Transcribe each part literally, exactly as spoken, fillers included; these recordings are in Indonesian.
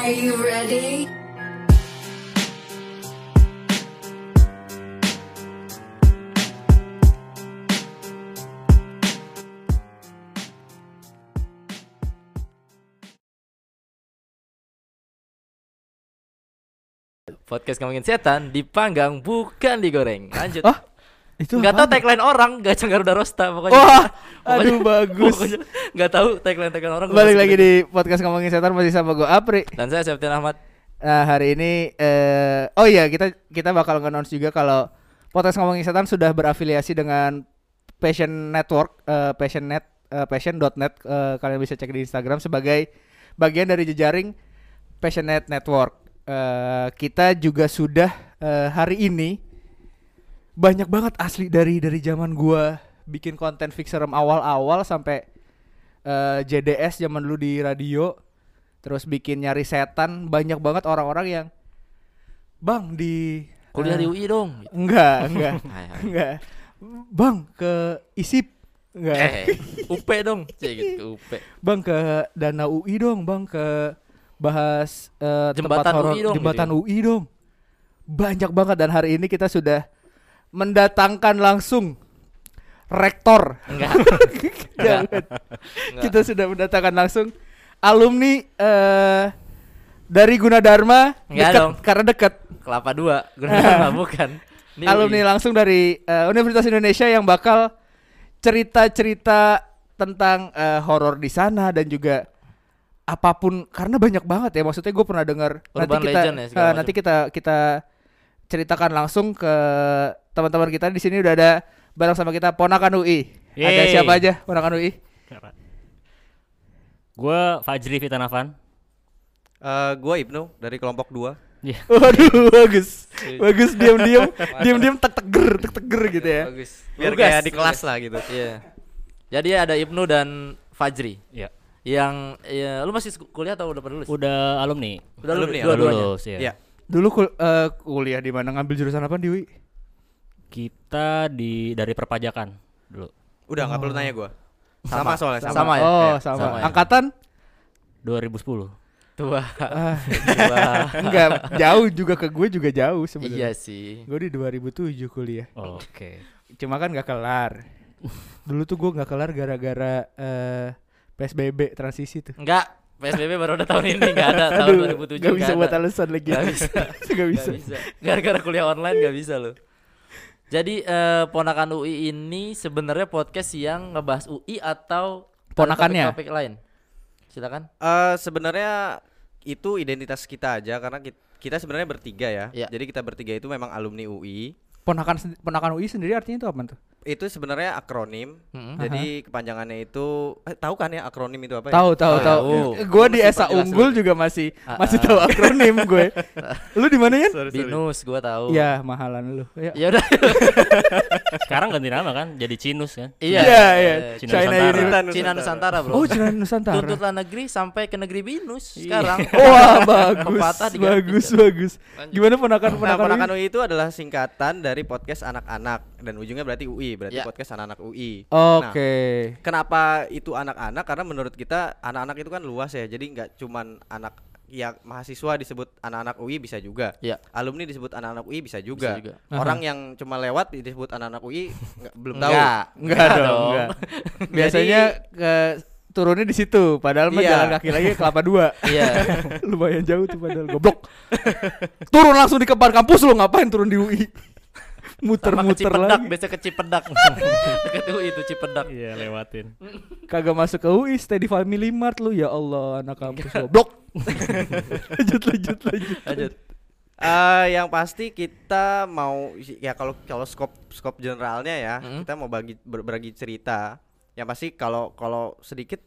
Are you ready? Podcast ngomongin setan dipanggang bukan digoreng. Lanjut. Oh, itu nggak tahu apaan? tagline orang, nggak Garuda Rosta pokoknya. Wah, aduh bagus. Pokoknya nggak tahu tagline tagline orang. Balik lagi di podcast ngomongin setan masih sama gue Apri. Dan saya Septian Ahmad. Nah hari ini, eh, oh iya kita kita bakal nge-announce juga kalau podcast ngomongin setan sudah berafiliasi dengan Passion Network, eh, Passion.net, eh, Passion dot net. Eh, kalian bisa cek di Instagram sebagai bagian dari jejaring Passion.net Network. Uh, kita juga sudah uh, hari ini banyak banget asli dari dari zaman gua bikin konten fixerem awal-awal sampai uh, J D S zaman dulu di radio, terus bikin nyari setan, banyak banget orang-orang yang bang di Kuliah uh, di U I dong. enggak enggak Hai, hai. enggak bang ke ISIP enggak Eh, U P dong. Cek gitu U P. bang ke Dana U I dong, bang ke bahas uh, Jembatan tempat horor U I dong, jembatan gitu U I dong. Banyak banget dan hari ini kita sudah mendatangkan langsung rektor. Enggak. Jangan. Enggak. Kita sudah mendatangkan langsung alumni uh, dari Gunadarma. Enggak Deket, dong. karena dekat. Kelapa dua. Gunadarma bukan. Ini Alumni U I. langsung dari uh, Universitas Indonesia yang bakal cerita-cerita tentang uh, horor di sana dan juga apapun, karena banyak banget ya, maksudnya gue pernah dengar nanti Urban kita legend ya, segala uh, macam. nanti kita kita ceritakan langsung ke teman-teman kita. Di sini udah ada bareng sama kita ponakan U I. Ada Yeay. siapa aja ponakan U I? Gue Fajri Fitanavan. Uh, gua Ibnu dari kelompok dua. Waduh bagus, bagus diam-diam, diam-diam tek teger, tek teger gitu ya. Bagus. Biar Tugas, kayak di kelas tugas. lah gitu. Iya. Jadi ada Ibnu dan Fajri. Iya. Yang ya, lu masih sek- kuliah atau udah pada lulus? Udah alumni. Udah lulus Alumni, Udah dua-duanya. lulus ya. Iya. Dulu kul- uh, kuliah di mana, ngambil jurusan apa di U I? Kita di dari perpajakan dulu. Udah nggak perlu nanya gua. Sama. Sama, soalnya sama. Sama ya? Oh Iya, sama. sama ya. Angkatan? dua ribu sepuluh. Tua. Ah, Tua. enggak jauh juga, ke gue juga jauh sebenarnya. Iya sih. Gue di dua ribu tujuh kuliah. Oke. Cuma kan gak kelar. Dulu tuh gue gak kelar gara-gara uh, P S B B transisi tuh. Enggak, P S B B baru ada tahun ini, enggak ada tahun Aduh, dua ribu tujuh. gak bisa nggak buat ada. alasan lagi. Gak bisa. Gak bisa. Gak bisa. Gara-gara kuliah online gak bisa loh. Jadi eh, ponakan U I ini sebenarnya podcast yang ngebahas U I atau ada Ponakannya? topik-topik lain. Silakan. Eh, sebenarnya itu identitas kita aja karena kita, kita sebenarnya bertiga ya. Iya. Jadi kita bertiga itu memang alumni U I. Ponakan sen- ponakan U I sendiri artinya itu apa tuh? Itu sebenarnya akronim. Mm-mm. Jadi kepanjangannya itu eh, tahu kan ya akronim itu apa ya? Tahu tahu Oh, tahu. tahu. Gue di Mesti Esa perjelas Unggul dulu. juga masih Ah, masih ah. tahu akronim gue. Lu di mana ya? Sorry, sorry. Binus gua tahu. Ya mahalan lu. Ya. Ya udah. Sekarang ganti nama kan jadi Cinus kan. Iya. Iya, iya. Eh, China China Nusantara. University. Cina Nusantara, Bro. Oh, Cina Nusantara. Tuntutlah negeri sampai ke negeri Binus Iya. sekarang. Wah, bagus. Pepatah diganti. Bagus, bagus. Lanjut. Gimana ponakan Nah, ponakan, ponakan U I? U I itu adalah singkatan dari podcast anak-anak dan ujungnya berarti U I, berarti Ya. podcast anak-anak U I. Oke. Nah, kenapa itu anak-anak? Karena menurut kita anak-anak itu kan luas ya. Jadi nggak cuman anak ya mahasiswa disebut anak-anak U I bisa juga. Ya. Alumni disebut anak-anak U I bisa juga. Bisa juga. Orang yang cuma lewat disebut anak-anak U I nggak, belum tahu. Enggak. Enggak dong, dong. enggak. Biasanya ke turunnya di situ, padahal mah Iya. jalan kaki lagi ke Kelapa Dua. Iya. Lumayan jauh tuh padahal goblok. Turun langsung di depan kampus lu, ngapain turun di U I? Sama ke Muter-muter Cipedak, lagi. biasa ke Cipedak. Deket U I itu Cipedak. Iya lewatin. Kagak masuk ke U I, stay di Family Mart lu, ya Allah, anak kampus goblok. lanjut lanjut lanjut. Lanjut. Eh, yang pasti kita mau ya kalau kalau skop skop generalnya ya, Mm. kita mau bagi ber- berbagi cerita. Yang pasti kalau kalau sedikit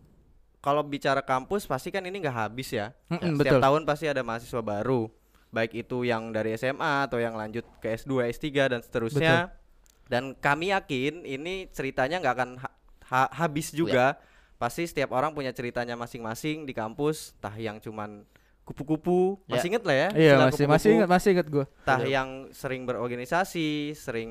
kalau bicara kampus pasti kan ini nggak habis ya. Mm-mm, Setiap betul. tahun pasti ada mahasiswa baru, baik itu yang dari S M A atau yang lanjut ke S dua, S tiga dan seterusnya. Dan kami yakin ini ceritanya nggak akan ha- ha- habis juga. Pasti setiap orang punya ceritanya masing-masing di kampus, tah yang cuman kupu-kupu, Ya. masih inget lah ya? Iya, istilah masih masih kupu-kupu. ingat, masih ingat gua. Tah Betul. yang sering berorganisasi, sering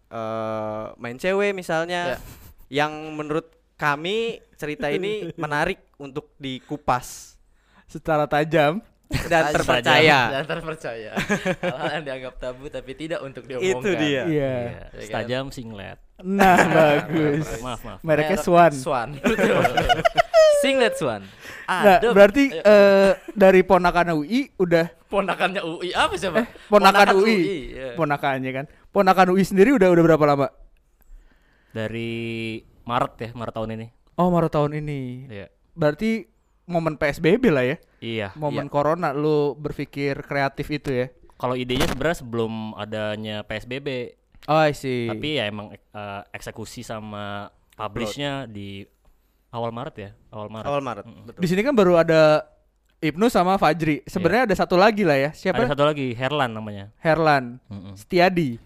eh, main cewek misalnya, Ya. yang menurut kami cerita ini menarik untuk dikupas. secara tajam dan Tajam. terpercaya. Dan terpercaya. Hal-hal yang dianggap tabu tapi tidak untuk diomongkan. Itu dia. iya Iya, Ya kan? setajam singlet. nah bagus Maaf, maaf. mereknya Merek Swan. Swan. Betul. Singlet Swan. Nah Adem. berarti Ayo. eh, dari ponakan U I udah Ponakannya U I apa siapa? ponakan U I, iya. ponakannya kan ponakan U I sendiri udah udah berapa lama? Dari Maret ya, Maret tahun ini. Oh Maret tahun ini. Iya. Berarti momen P S B B lah ya. Iya. Momen iya. corona lu berpikir kreatif itu ya. Kalau idenya sebenarnya sebelum adanya P S B B, Oh I see. tapi ya emang eh, eksekusi sama publishnya di awal Maret ya, awal Maret. Awal Maret. Mm-mm. Betul. Di sini kan baru ada Ibnu sama Fajri. Sebenarnya ada satu lagi lah ya. Siapa? Ada satu lagi, Herlan namanya. Herlan Mm-mm. Setiadi.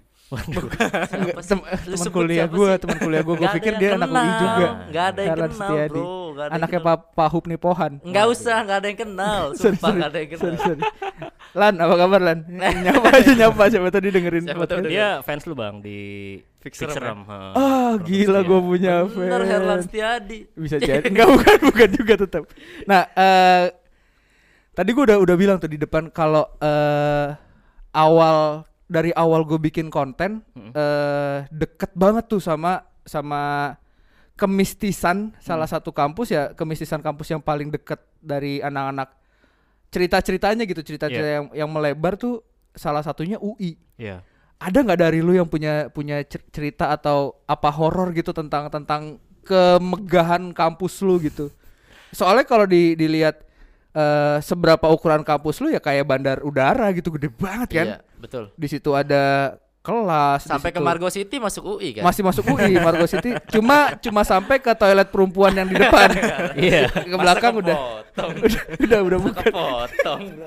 Siapa sih? Tem- Lu teman sebut kuliah siapa gue, sih? teman kuliah gue. Gue Nggak ada pikir yang dia anak U I kenal. juga. Nggak ada yang Herlan kenal, Setiadi. bro. Nggak ada yang Anaknya kenal. Pak Pak Hupni Pohan. Enggak usah, enggak ada yang kenal. Sorry, Sumpah sorry. enggak ada yang kenal. Sorry, sorry. Lan, apa kabar Lan? nyapa aja nyapa siapa tadi dengerin Siapa tahu podcast. dengerin. Dia fans lu Bang di Fixer Fixeram. Ah, gila gue punya Bener Herlan fans. Setiadi. Bisa jadi. Enggak bukan bukan juga tetap. Nah, eh tadi gue udah udah bilang tuh di depan kalau eh awal dari awal gue bikin konten Mm-mm. eh deket banget tuh sama sama kemistisan salah satu kampus ya, kemistisan kampus yang paling deket dari anak-anak cerita-ceritanya gitu, cerita-cerita Iya. yang yang melebar tuh salah satunya U I. Iya. Ada nggak dari lu yang punya punya cer- cerita atau apa horor gitu tentang tentang kemegahan kampus lu gitu? Soalnya kalau di, dilihat eh, seberapa ukuran kampus lu ya kayak bandar udara gitu, gede banget kan? Iya, betul. Di situ ada kelas. di Sampai ke situ- Margo City masuk U I kan? masih masuk U I Margo City. Cuma cuma sampai ke toilet perempuan yang di depan. Iya. Ke belakang udah Potong. udah udah udah bukan. Kepotong, bro.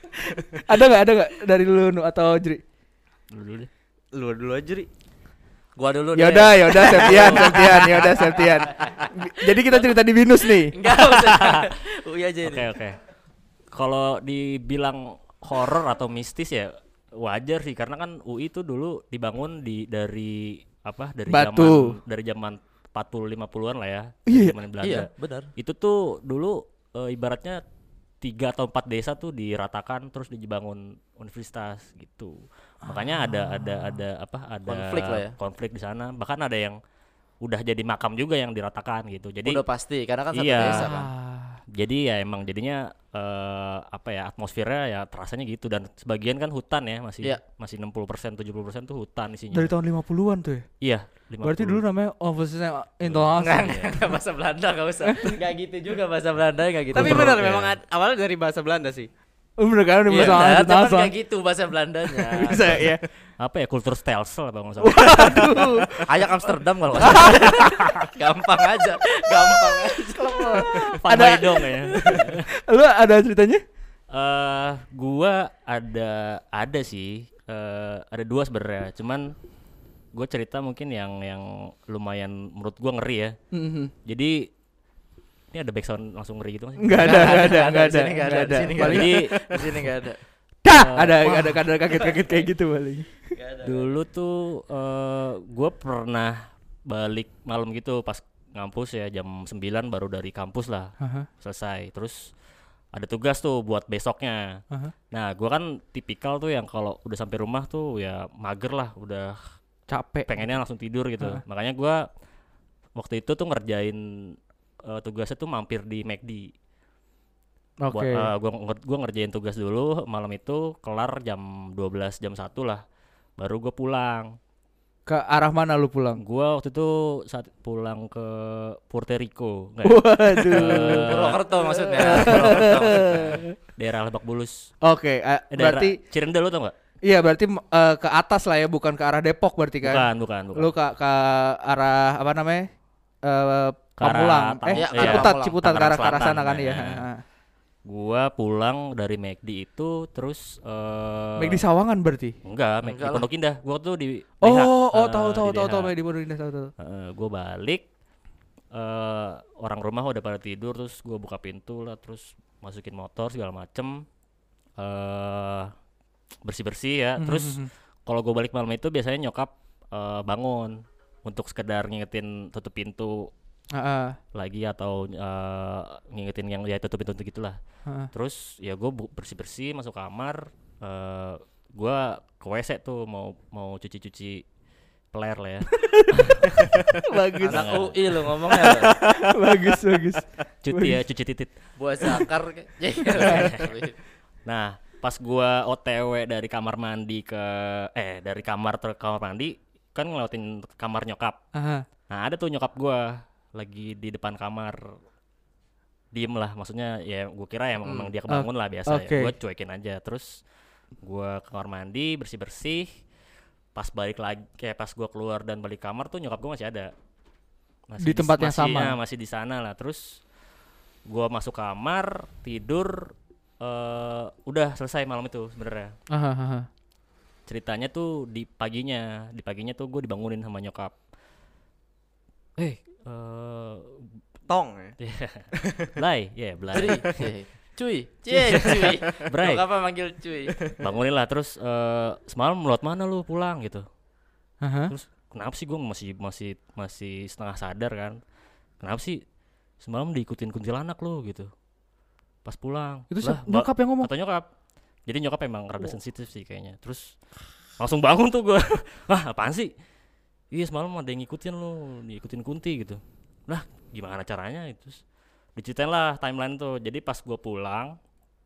Ada nggak ada nggak dari lu Nu, atau Jri? Dulu dulu deh. Lu dulu aja, Ri. Gua dulu deh. Yaudah, yaudah Septian, Septian, yaudah Septian. Jadi kita cerita di Binus nih. Enggak usah. U I aja ini. Oke, oke. Kalau dibilang horor atau mistis ya wajar sih karena kan U I itu dulu dibangun di dari apa? Dari Batu. zaman dari zaman empat puluh lima puluhan lah ya. Iya. Dari zaman Belanda. Iya, benar. Itu tuh dulu eh, ibaratnya tiga atau empat desa tuh diratakan terus dibangun universitas gitu. Makanya ada ada ada apa? Ada Konflik lah ya. konflik di sana. Bahkan ada yang udah jadi makam juga yang diratakan gitu. Jadi Udah pasti karena kan satu Iya. desa kan. jadi ya emang jadinya eh, apa ya atmosfernya ya terasanya gitu dan sebagian kan hutan ya masih Iya. masih enam puluh persen tujuh puluh persen tuh hutan isinya. Dari tahun lima puluhan tuh ya. Iya, lima puluh. Berarti dulu namanya Universitas Enggak, Intoleransi. enggak, enggak bahasa Belanda enggak usah. Enggak gitu juga bahasa Belanda enggak gitu. Tapi Bener, benar ya. memang ad- awalnya dari bahasa Belanda sih. Oh, bener kan Iya, Universitas nah, tapi Intoleransi. enggak gitu bahasa Belandanya. Bisa ya. apa ya kultur stelsel apa nggak salah. Aduh. Ayak Amsterdam kalau nggak salah. Gampang aja, gampang aja. Van Ada- Hooydonk ya. Lu ada ceritanya? Eh, gua ada ada sih eh, ada dua sebenarnya. Cuman gue cerita mungkin yang yang lumayan menurut gua ngeri ya. Mhm. Jadi ini ada backsound langsung ngeri gitu masih. Enggak ada, enggak ada, enggak di ada. sini nggak ada, Enggak di ada. sini nggak Paling Jadi Di sini enggak ada. dah ada ada ada kaget-kaget kayak gitu paling. Nggak ada. dulu tuh eh gue pernah balik malam gitu pas ngampus ya jam sembilan baru dari kampus lah Aha, selesai. Terus ada tugas tuh buat besoknya. aha. Nah, gua kan tipikal tuh yang kalau udah sampai rumah tuh ya mager lah, udah Capek. pengennya langsung tidur gitu. Heeh. Makanya gua waktu itu tuh ngerjain eh, tugasnya tuh mampir di McD. Oke. Buat eh, gua nger- gua ngerjain tugas dulu malam itu kelar jam dua belas jam satu lah. Baru gua pulang. Ke arah mana lu pulang? Gua waktu itu saat pulang ke Puerto Rico, nggak ya? Waduh. Eh, Purwokerto maksudnya. Purwokerto maksudnya. daerah Lebak Bulus. Oke, eh, Eh, daerah berarti Cirende lu tau nggak? iya berarti eh, ke atas lah ya, bukan ke arah Depok berarti kan? Bukan, bukan, bukan. Lu ke ke arah apa namanya? Eh Ke arah Pamulang. Tang- Eh, iya, Ciputat, Pamulang. Ciputat ke arah ke arah Tangerang sana kan Selatan, ya. ya. Gua pulang dari McD itu terus eh Make di Sawangan berarti. enggak, McD Enggak lah. Pondok Indah. Gua tuh di B H, Oh, oh eh, tahu tahu di tahu B H. tahu di Pondok Indah tahu tahu. Heeh, gua balik eh orang rumah udah pada tidur terus gua buka pintu lah terus masukin motor segala macem eh bersih-bersih ya. Terus kalau gua balik malam itu biasanya nyokap eh, bangun untuk sekedar ngingetin tutup pintu Heeh. lagi atau eh, ngingetin yang ya tutupin tutup gitulah. Heeh. Terus ya gue bersih bersih masuk kamar, eh gue ke W C tuh mau mau cuci cuci peler lah ya. Bagus. Anak U I lu ngomongnya lo. bagus bagus. Cuti ya cuci titit. Buat zakar. Nah pas gue O T W dari kamar mandi ke eh dari kamar ke kamar mandi kan ngelewatin kamar nyokap. Aha. Nah ada tuh nyokap gue lagi di depan kamar diem lah, maksudnya ya gue kira ya Hmm. memang dia kebangun lah biasa oke. ya, gue cuekin aja. Terus gue ke kamar mandi bersih bersih, pas balik lagi kayak pas gue keluar dan balik kamar tuh nyokap gue masih ada, masih Di tempat yang masih, sama? ya, masih di sana lah. Terus gue masuk kamar tidur, eh udah selesai malam itu sebenarnya. Aha, aha. Ceritanya tuh di paginya, di paginya tuh gue dibangunin sama nyokap. Eh, eh, Tong ya. Blay, ya Blay. Beri. Cuy, cie, cuy. Bray. Nyokap apa manggil cuy? Bangunin lah, terus eh, semalam lewat mana lu pulang gitu. Aha. Terus kenapa sih gue masih masih masih setengah sadar kan? Kenapa sih semalam diikutin kuntilanak lu gitu? Pas pulang. Itu Lah, siapa? Nyokap yang ngomong. Kata nyokap. Jadi nyokap emang rada sensitif sih kayaknya. Terus langsung bangun tuh gue. Wah, apaan sih? Iya semalam ada yang ngikutin lu, diikutin Kunti gitu. Lah, gimana caranya? Terus diceritain lah timeline tuh. Jadi pas gue pulang,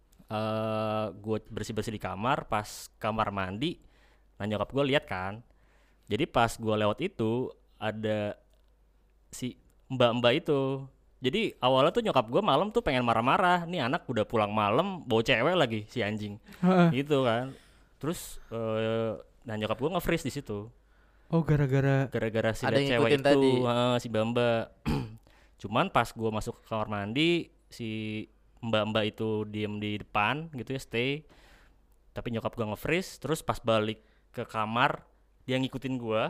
eh gue bersih-bersih di kamar, pas kamar mandi, nah nyokap gue lihat kan. Jadi pas gue lewat itu ada si mbak-mbak itu. Jadi awalnya tuh nyokap gue malam tuh pengen marah-marah. Nih anak udah pulang malam bawa cewek lagi si anjing. Heeh. Gitu kan. Terus eh nah nyokap gue nge-freeze di situ. Oh gara-gara Gara-gara si Ada liat yang cewek ngikutin itu, tadi. heeh, si mbak-mbak. Cuman pas gue masuk ke kamar mandi, si mbak-mbak itu diem di depan gitu ya, stay. Tapi nyokap gue nge-freeze. Terus pas balik ke kamar, dia ngikutin gue.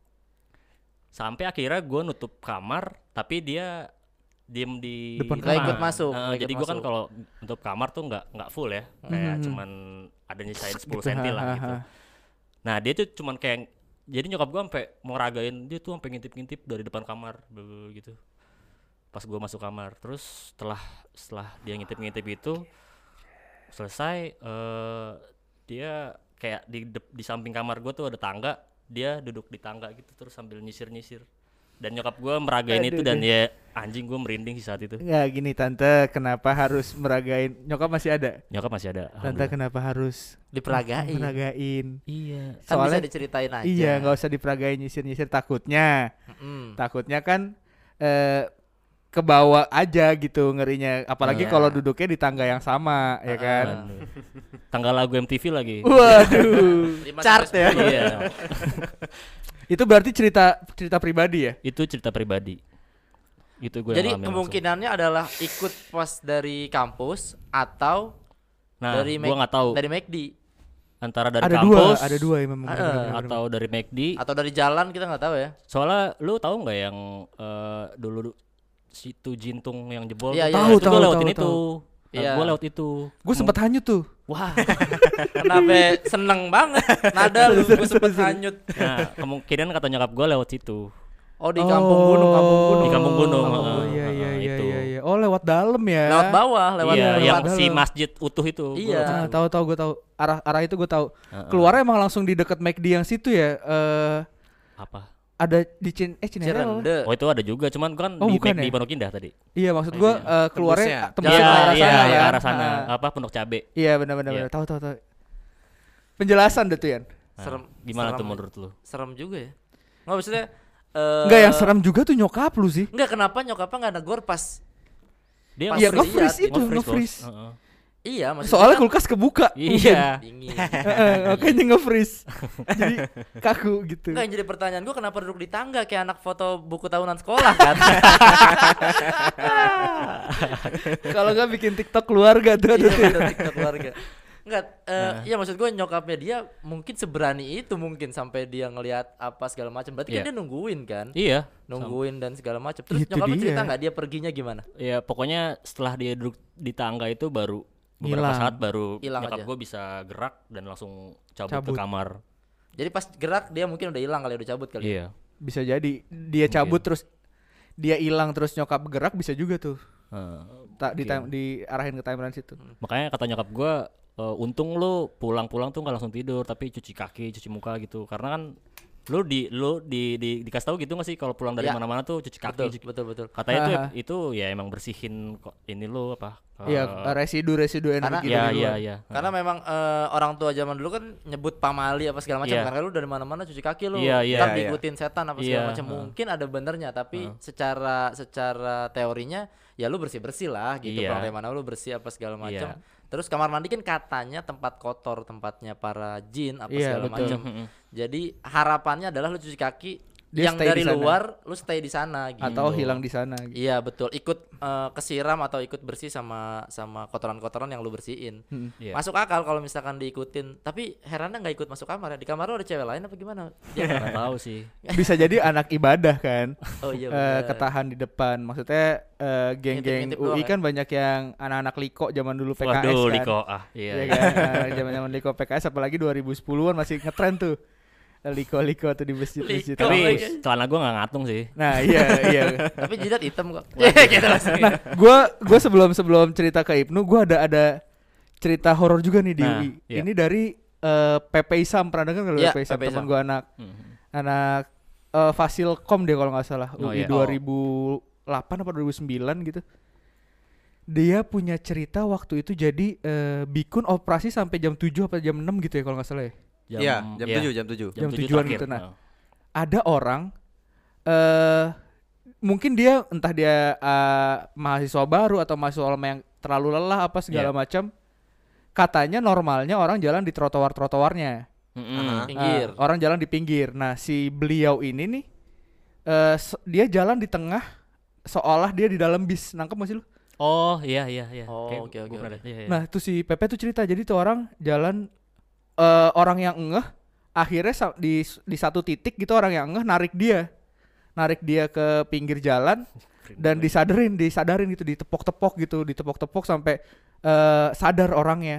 Sampai akhirnya gue nutup kamar, tapi dia diem di Depan Nggak kamar. ikut masuk, Heeh, nggak ikut jadi gue kan masuk. kalau nutup kamar tuh nggak nggak full ya, kayak Mhm. cuman ada nyisain sepuluh Gitu, senti ha, lah ha, gitu. ha. Nah dia tuh cuman kayak, jadi nyokap gue sampai mau ragain dia tuh sampai ngintip-ngintip dari depan kamar blablabla gitu. Pas gue masuk kamar, terus setelah setelah dia ngintip-ngintip itu selesai, eh dia kayak di dep- di samping kamar gue tuh ada tangga, dia duduk di tangga gitu terus sambil nyisir-nyisir. Dan nyokap gue meragain itu Aduh, dan aduh. ya anjing gue merinding sih saat itu. Ya gini tante, kenapa harus meragain? Nyokap masih ada. Nyokap masih ada. Tante alhamdulillah. kenapa harus Diperagain. meragain? Iya. Kan bisa Soalnya diceritain aja. iya nggak usah diperagain nyisir-nyisir, takutnya Mm. takutnya kan eh kebawa aja gitu ngerinya. Apalagi Iya. kalau duduknya di tangga yang sama ya kan. Aduh. Tanggal lagu M T V lagi. Waduh. Lima Chart sampai ya. sepuluh. Iya. Itu berarti cerita cerita pribadi ya? Itu cerita pribadi. Itu gue Jadi yang ngalamin kemungkinannya adalah ikut pas dari kampus atau langsung. Nah, dari gue Mac- nggak tahu dari McD antara dari Ada kampus dua, ada dua ya memang. Ah, benar, eh. benar, benar. atau dari McD. atau dari jalan kita nggak tahu ya. Soalnya lu tahu nggak yang eh, dulu du- situ Jintung yang jebol? Iya, tuh? iya. Tahu, Itu gue tahu, lewatin tahu, itu. tahu. Nah, Iya. gue lewat itu. Gue sempet hanyut tuh. Wah. Kenapa seneng banget nada lu gue sempet hanyut. Nah, kemungkinan kata nyokap gue lewat situ. Oh di kampung gunung, kampung gunung. Di kampung gunung, Oh heeh, iya iya heeh, iya itu. iya iya. Oh lewat dalam ya. Lewat bawah, lewat Iya, lewat yang dalam. si masjid utuh itu. Gua Iya. lewat Ah, situ. tahu tahu gue tahu. Arah arah itu gue tahu. Heeh. Keluarnya emang langsung di dekat McD yang situ ya. Eh Apa? ada di Cin eh Cinerel. Cirende. Oh itu ada juga, cuman kan Oh, di bukan McD ya? Pondok Indah tadi. Iya maksud gue eh, keluarnya Tembusnya. tembusnya Iya, ke arah iya, sana ke ya. arah sana. Ah. Apa Pondok Cabe. Iya benar benar Iya. benar. Tahu tahu tahu. Penjelasan deh tuh Yan. Nah, Serem. gimana serem. tuh menurut lu? Serem juga ya. Nggak maksudnya eh, Enggak yang serem juga tuh nyokap lu sih. Enggak, kenapa nyokapnya nggak negor pas Dia Pas Iya lihat, nge-freeze itu nge-freeze, nge-freeze. Bos. Heeh. iya maksudnya Soalnya kan kulkas kebuka. Iya. dingin. Heeh, makanya nge-freeze. Jadi kaku gitu. Enggak, yang jadi pertanyaan gue kenapa duduk di tangga kayak anak foto buku tahunan sekolah kan? Kalau nggak bikin TikTok keluarga tuh. Iya, bener, TikTok keluarga. Enggak, eh iya maksud gue nyokapnya dia mungkin seberani itu mungkin sampai dia ngelihat apa segala macam. Berarti kan Iya. dia nungguin kan? Iya. Nungguin dan segala macam. Terus Itu nyokapnya dia. cerita nggak dia perginya gimana? Ya pokoknya setelah dia duduk di tangga itu baru beberapa Hilang. saat baru Hilang nyokap aja. gue bisa gerak dan langsung cabut, Cabut. ke kamar. Jadi pas gerak dia mungkin udah hilang kali, udah cabut kali. Iya. Bisa jadi dia cabut terus dia hilang terus nyokap bergerak bisa juga tuh. Heeh. Tak di Iya. time, diarahin ke timeline situ. Makanya kata nyokap gue, uh, untung lu pulang-pulang tuh nggak langsung tidur, tapi cuci kaki, cuci muka gitu. Karena kan lu di lu di di dikasih tahu gitu nggak sih kalau pulang dari Ya. mana-mana tuh cuci kaki. Betul, cuci- betul, betul. Katanya itu Aha. itu ya emang bersihin kok ini lu apa? Iya, uh, residu-residu karena- energi Iya dari iya luar. iya. Karena memang eh, orang tua zaman dulu kan nyebut pamali apa segala macam Iya. kan, lu dari mana-mana cuci kaki lu, Iya, iya. ntar Iya, iya. diikutin setan apa segala Iya, macam. heeh. Mungkin ada benernya, tapi Heeh. secara secara teorinya ya lu bersih-bersih lah gitu. Iya. Pulang dari mana lu bersih apa segala macam. Iya. Terus kamar mandi kan katanya tempat kotor, tempatnya para jin apa Iya, segala betul. macam. Mm-mm. Jadi harapannya adalah lu cuci kaki Dia yang stay dari di sana. luar lu stay di sana gitu. Atau hilang di sana gitu. Iya betul, ikut eh, kesiram atau ikut bersih sama sama kotoran-kotoran yang lu bersihin. Hmm. Iya. Masuk akal kalau misalkan diikutin. Tapi herannya nggak ikut masuk kamar ya. Di kamar lu ada cewek lain apa gimana? Dia Nggak tahu sih. Bisa jadi anak ibadah kan. oh iya eh, bener. ketahan di depan. Maksudnya eh, geng-geng Ngintip-ngintip U I doang kan banyak yang anak-anak liko zaman dulu P K S Waduh, kan. Liko ah. Iya. Iya iya. kan. Eh, Zaman-zaman liko P K S apalagi dua ribu sepuluhan masih ngetren tuh. Liko-liko tuh di masjid-masjid. Liko, Tapi oh my kampus. celana gua nggak ngatung sih. Nah, iya iya. Tapi jidat hitam kok. gitu langsung. Nah, gua gua sebelum sebelum cerita ke Ibnu, gua ada ada cerita horor juga nih di Nah, U I. iya. Ini dari eh, Pepe Isam, pernah dengar enggak Iya, Pepe Isam? Pepe Teman Isam. gua anak Mhm. anak eh, Fasilkom dia kalau nggak salah, Oh, U I iya. dua ribu delapan apa dua ribu sembilan gitu. Dia punya cerita waktu itu jadi eh, bikun operasi sampai jam tujuh apa jam enam gitu ya kalau nggak salah ya. Jam, Iya, jam iya, tujuh, jam tujuh. Jam tujuh tujuan terakhir. gitu, nah. Oh. Ada orang eh mungkin dia entah dia eh, mahasiswa baru atau mahasiswa lama yang terlalu lelah apa segala Iya. macam. Katanya normalnya orang jalan di trotoar-trotoarnya. Mm-mm. Aha. Pinggir. Ah, orang jalan di pinggir. Nah, si beliau ini nih eh se- dia jalan di tengah seolah dia di dalam bis. Nangkep masih lu? Oh iya iya iya. Oh, Kayak oke, gua oke, pernah oke. lihat. Iya, iya. Nah, itu si Pepe tuh cerita. Jadi tuh orang jalan eh orang yang ngeh akhirnya sa- di di satu titik gitu orang yang ngeh narik dia. Narik dia ke pinggir jalan dan disadarin, disadarin gitu, ditepok-tepok gitu, ditepok-tepok sampai eh, sadar orangnya.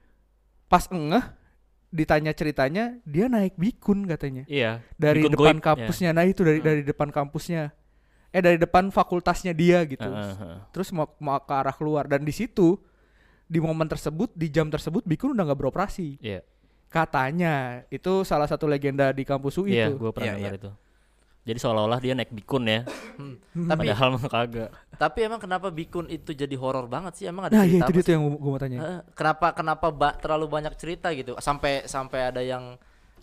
Pas ngeh ditanya ceritanya, dia naik bikun katanya. Iya. Dari Bikun depan goib, kampusnya. Nah, itu dari dari depan kampusnya. Eh dari depan fakultasnya dia gitu. Heeh, heeh. Terus mau mau ke arah keluar dan di situ di momen tersebut, di jam tersebut bikun udah nggak beroperasi. Iya. Katanya itu salah satu legenda di kampus U I Iya, tuh. gue pernah Iya, dengar iya. itu. Jadi seolah-olah dia naik bikun ya. Hmm. Tapi Padahal mah kagak. tapi emang kenapa bikun itu jadi horor banget sih? Emang ada Nah, iya cerita itu apa dia sih? tuh yang gue mau tanya. Heeh, kenapa kenapa ba- terlalu banyak cerita gitu sampai sampai ada yang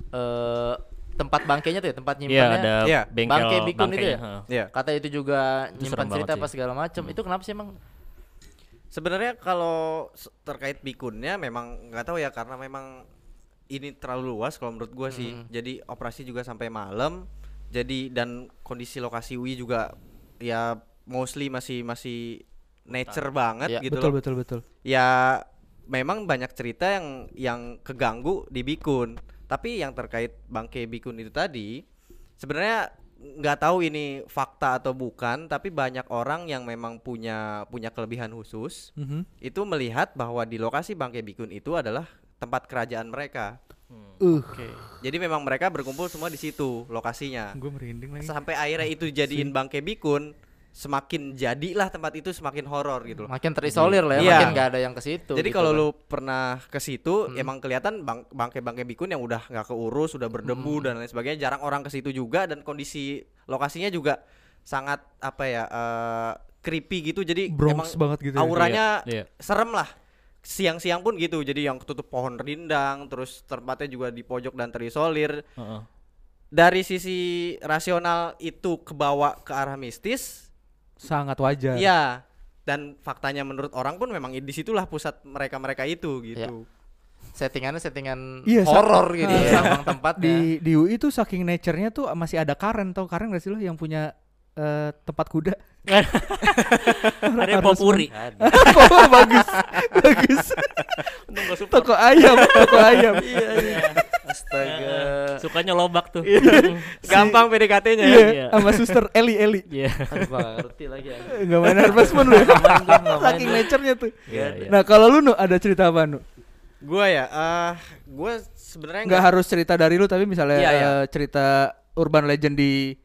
eh tempat bangkainya tuh ya, tempat Iya, nyimpannya ada Iya. bengkel Bangke bikun itu bangkainya, ya? heeh. Iya. kata itu juga Itu nyimpan serem cerita banget apa sih. segala macam. Hmm. Itu kenapa sih emang? Sebenarnya kalau s- terkait bikunnya memang nggak tahu ya karena memang ini terlalu luas kalau menurut gua sih. Mm. Jadi operasi juga sampai malam. Jadi dan kondisi lokasi U I juga ya mostly masih masih nature banget Iya, gitu betul loh. betul betul. Ya memang banyak cerita yang yang keganggu di bikun. Tapi yang terkait bangke bikun itu tadi sebenarnya nggak tahu ini fakta atau bukan, tapi banyak orang yang memang punya punya kelebihan khusus Mhm. itu melihat bahwa di lokasi bangke bikun itu adalah tempat kerajaan mereka. Uh, Oke. Jadi memang mereka berkumpul semua di situ lokasinya. gue merinding lagi. Sampai akhirnya itu jadiin bangke bikun, semakin jadilah tempat itu semakin horor gitu loh. Makin terisolir lah ya, Iya. makin nggak ada yang ke situ. Jadi gitu kalau kan. lu pernah ke situ, Hmm. emang kelihatan bang bangke-bangke bikun yang udah nggak keurus, udah berdebu Hmm. dan lain sebagainya. Jarang orang ke situ juga dan kondisi lokasinya juga sangat apa ya eh, creepy gitu. Jadi Bronx emang banget gitu. ya. auranya Iya. serem lah. Siang-siang pun gitu. Jadi yang ketutup pohon rindang, terus tempatnya juga di pojok dan terisolir. Heeh. Dari sisi rasional itu kebawa ke arah mistis. Sangat wajar. Iya. Dan faktanya menurut orang pun memang disitulah pusat mereka-mereka itu gitu. settingannya settingan Iya, sa- horor gitu Iya. ya, emang tempatnya. Di di U I tuh saking nature-nya tuh masih ada Karen, tau Karen gak sih lo yang punya eh, tempat kuda? Ada yang popuri. Ada. Oh, bagus. Bagus. Untung gak support. Toko ayam, toko ayam. Iya, iya. Astaga. Sukanya lobak tuh. Gampang P D K T-nya ya. Iya, Iya. sama suster Eli Eli. Iya. Aduh, gua nggak ngerti lagi ya. Enggak main Harvest Moon lu ya? Nggak main gua, nggak main Saking gua. nature-nya tuh. Iya, iya. Nah, kalau lu Nu ada cerita apa Nu? Gua ya, eh gua sebenarnya Enggak harus cerita dari lu tapi misalnya Iya, iya. eh, cerita urban legend di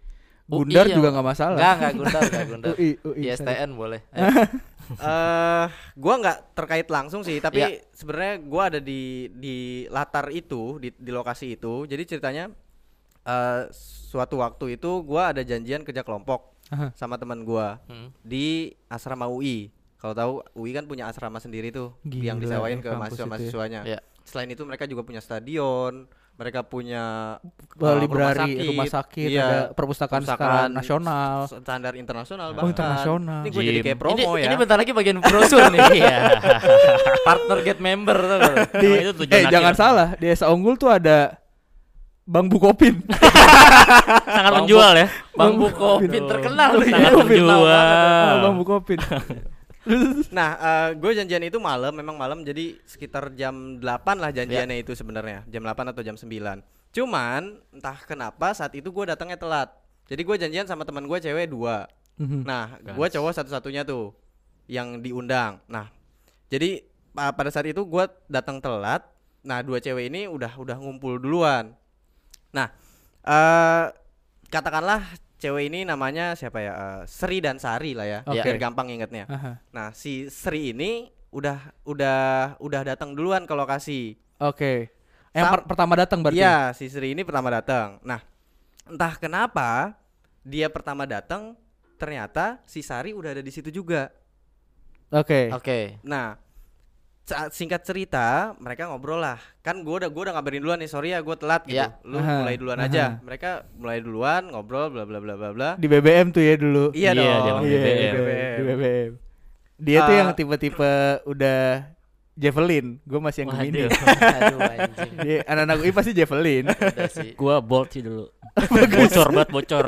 Gundar U I juga yang- nggak masalah. Enggak, enggak Gundar, enggak Gundar. U I, U I, I S T N boleh. Ayo. Eh, gua nggak terkait langsung sih, tapi Iya. sebenarnya gua ada di di latar itu, di di lokasi itu. Jadi ceritanya eh suatu waktu itu gua ada janjian kerja kelompok Aha. sama teman gua Hmm. di asrama U I. Kalau tahu U I kan punya asrama sendiri tuh yang Gila, disewain ya, ke kampus mahasiswa-mahasiswanya. Iya. Selain itu mereka juga punya stadion, mereka punya Uh, uh, librari, rumah sakit, iya, ada perpustakaan skala nasional. s- standar internasional Oh, bahkan. internasional. Ini gue jadi Gym. kayak promo ini, ya. ini bentar lagi bagian brosur nih. Iya. Partner get member tuh. Bro. Di, Emang itu tujuan eh akhir. jangan salah, di Desa Unggul tuh ada Bang Bukopin. Sangat menjual ya. Bang Bukopin terkenal tuh. Sangat ya. menjual. Ah, Bang Bukopin. Nah, gue janjian itu malam, memang malam, jadi sekitar jam delapan lah janjiannya itu sebenarnya, jam delapan atau jam sembilan. Cuman entah kenapa saat itu gue datangnya telat. Jadi gue janjian sama teman gue cewek dua. Mhm. Nah, gue cowok satu-satunya tuh yang diundang. Nah, jadi pa- pada saat itu gue datang telat. Nah, dua cewek ini udah udah ngumpul duluan. Nah, eh katakanlah cewek ini namanya siapa ya? Eh, Sri dan Sari lah ya, Oke. biar gampang ingetnya. Aha. Nah, si Sri ini udah udah udah datang duluan ke lokasi. Oke. Yang Sam- per- pertama datang berarti. Iya, si Sri ini pertama datang. Nah, entah kenapa dia pertama datang, ternyata si Sari udah ada di situ juga. Oke. Oke. Nah, saat singkat cerita, mereka ngobrol lah. Kan gue udah gue udah ngabarin duluan nih, sorry ya gue telat gitu. Iya. Lu Aha, mulai duluan aha. aja. Mereka mulai duluan ngobrol bla bla bla bla bla. Di B B M tuh ya dulu. Iya Iya, dong. zaman Iya, B B M. di B B M. Di B B M. Dia tuh Ah. yang tipe-tipe udah Javelin, gue masih yang Gemini. Waduh. Aduh anjing. Dia anak-anak U I pasti Javelin. Udah sih. Gua bolt sih dulu. Bocor banget bocor.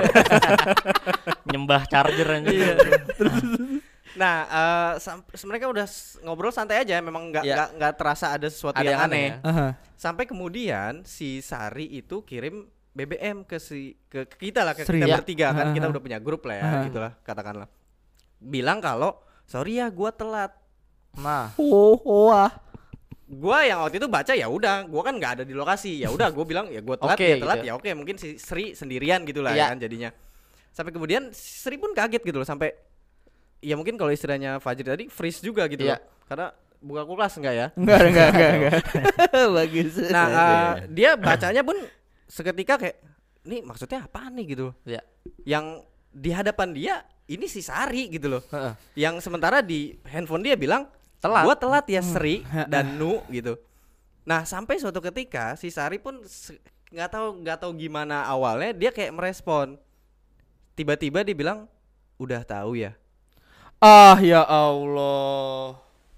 Nyembah charger aja. Nah, eh, sam- mereka udah s- ngobrol santai aja, memang nggak Iya. nggak nggak terasa ada sesuatu Ada yang yang aneh aneh. ya? Aha. Sampai kemudian si Sari itu kirim B B M ke si ke, ke kita lah, ke Sri. kita Ya. bertiga kan, kita Aha. udah punya grup lah ya, Aha. gitulah katakanlah. Bilang kalau sorry ya gua telat. Nah, Oh, wah. Gua yang waktu itu baca ya udah, gua kan nggak ada di lokasi. Ya udah gua bilang ya gua telat, Oke, ya telat gitu. ya oke, mungkin si Sri sendirian gitulah Iya. ya kan jadinya. Sampai kemudian si Sri pun kaget gitu loh, sampai ya mungkin kalau istilahnya Fajri tadi freeze juga gitu Iya. loh. Karena buka kulkas enggak ya? Enggak, enggak, enggak, enggak. Bagus. Nah, eh, dia bacanya pun seketika kayak nih maksudnya apa nih gitu. ya. Yang di hadapan dia ini si Sari gitu loh. Heeh. Yang sementara di handphone dia bilang Telat. gua telat ya Sri dan Nu gitu. Nah, sampai suatu ketika si Sari pun se- nggak tahu nggak tahu gimana awalnya dia kayak merespon. Tiba-tiba dia bilang udah tahu ya. Ah, ya Allah.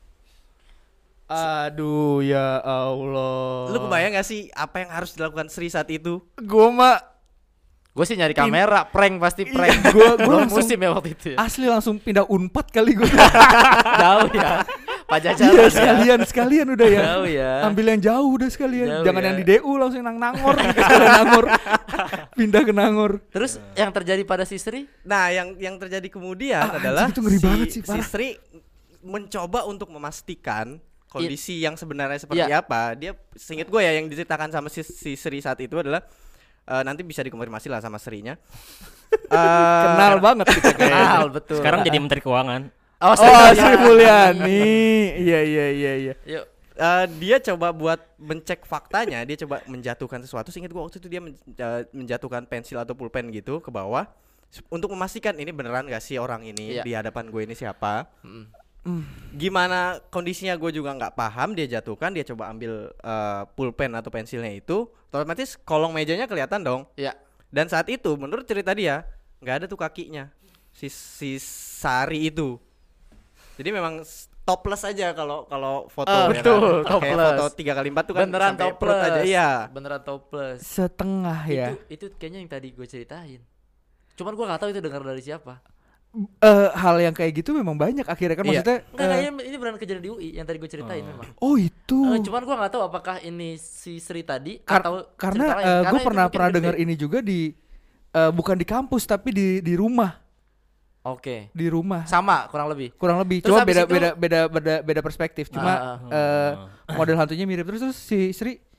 Aduh, ya Allah. Lu kebayang gak sih apa yang harus dilakukan Sri saat itu? Gua mah Gue sih nyari kamera, prank pasti prank. Iya, gua- gua Belum langsung- musim ya waktu itu. Ya. asli langsung pindah Unpad kali gue. Jauh ya. Pajajaran Iya, ya. sekalian sekalian udah ya. Jauh ya. Ambil yang jauh udah sekalian. Jauh Jangan ya. yang di D U langsung nang Nangor gitu. Sekalian Nangor. Pindah ke Nangor. Terus yang terjadi pada si Sri? Nah, yang yang terjadi kemudian Ah, adalah anjing, itu ngeri si, banget sih, si parah. Sri mencoba untuk memastikan kondisi yang sebenarnya seperti Iya. apa. Dia seinget gue ya yang diceritakan sama si, si Sri saat itu adalah eh, nanti bisa dikonfirmasi lah sama Srinya. Eh, Kenal banget kita kayaknya. Kenal betul. Sekarang jadi menteri keuangan. Oh, Oh, Sri Sri Mulyani. Iya, iya, iya, iya. Yuk. eh, dia coba buat mencek faktanya, dia coba menjatuhkan sesuatu. Seinget gua waktu itu dia men- eh, menjatuhkan pensil atau pulpen gitu ke bawah s- untuk memastikan ini beneran gak sih orang ini Iya. di hadapan gue ini siapa. Mm. Gimana kondisinya gue juga nggak paham. Dia jatuhkan, dia coba ambil eh, pulpen atau pensilnya itu, otomatis kolong mejanya kelihatan dong. Ya. Dan saat itu menurut cerita dia nggak ada tuh kakinya si si Sari itu. Jadi memang s- topless aja kalau kalau foto Ah, ya betul, kan? Kayak topless. foto tiga kali empat tuh kan Beneran sampai perut topless. aja. Iya. Beneran topless. Setengah ya. Itu itu kayaknya yang tadi gue ceritain. Cuman gue nggak tahu itu dengar dari siapa. Eh, hal yang kayak gitu memang banyak akhirnya kan Iya. maksudnya. Enggak, eh, kayaknya ini beneran kejadian di U I yang tadi gue ceritain memang. oh itu. Eh, cuman gue nggak tahu apakah ini si Sri tadi Kar- atau karena cerita lain. eh, gue Karena itu pernah mungkin pernah gede. dengar ini juga di eh, bukan di kampus tapi di di rumah, Oke. di rumah. Sama kurang lebih. Kurang lebih. Terus Cuma habis beda itu- beda beda beda beda perspektif. Cuma Ah, eh, model hantunya mirip terus terus si Sri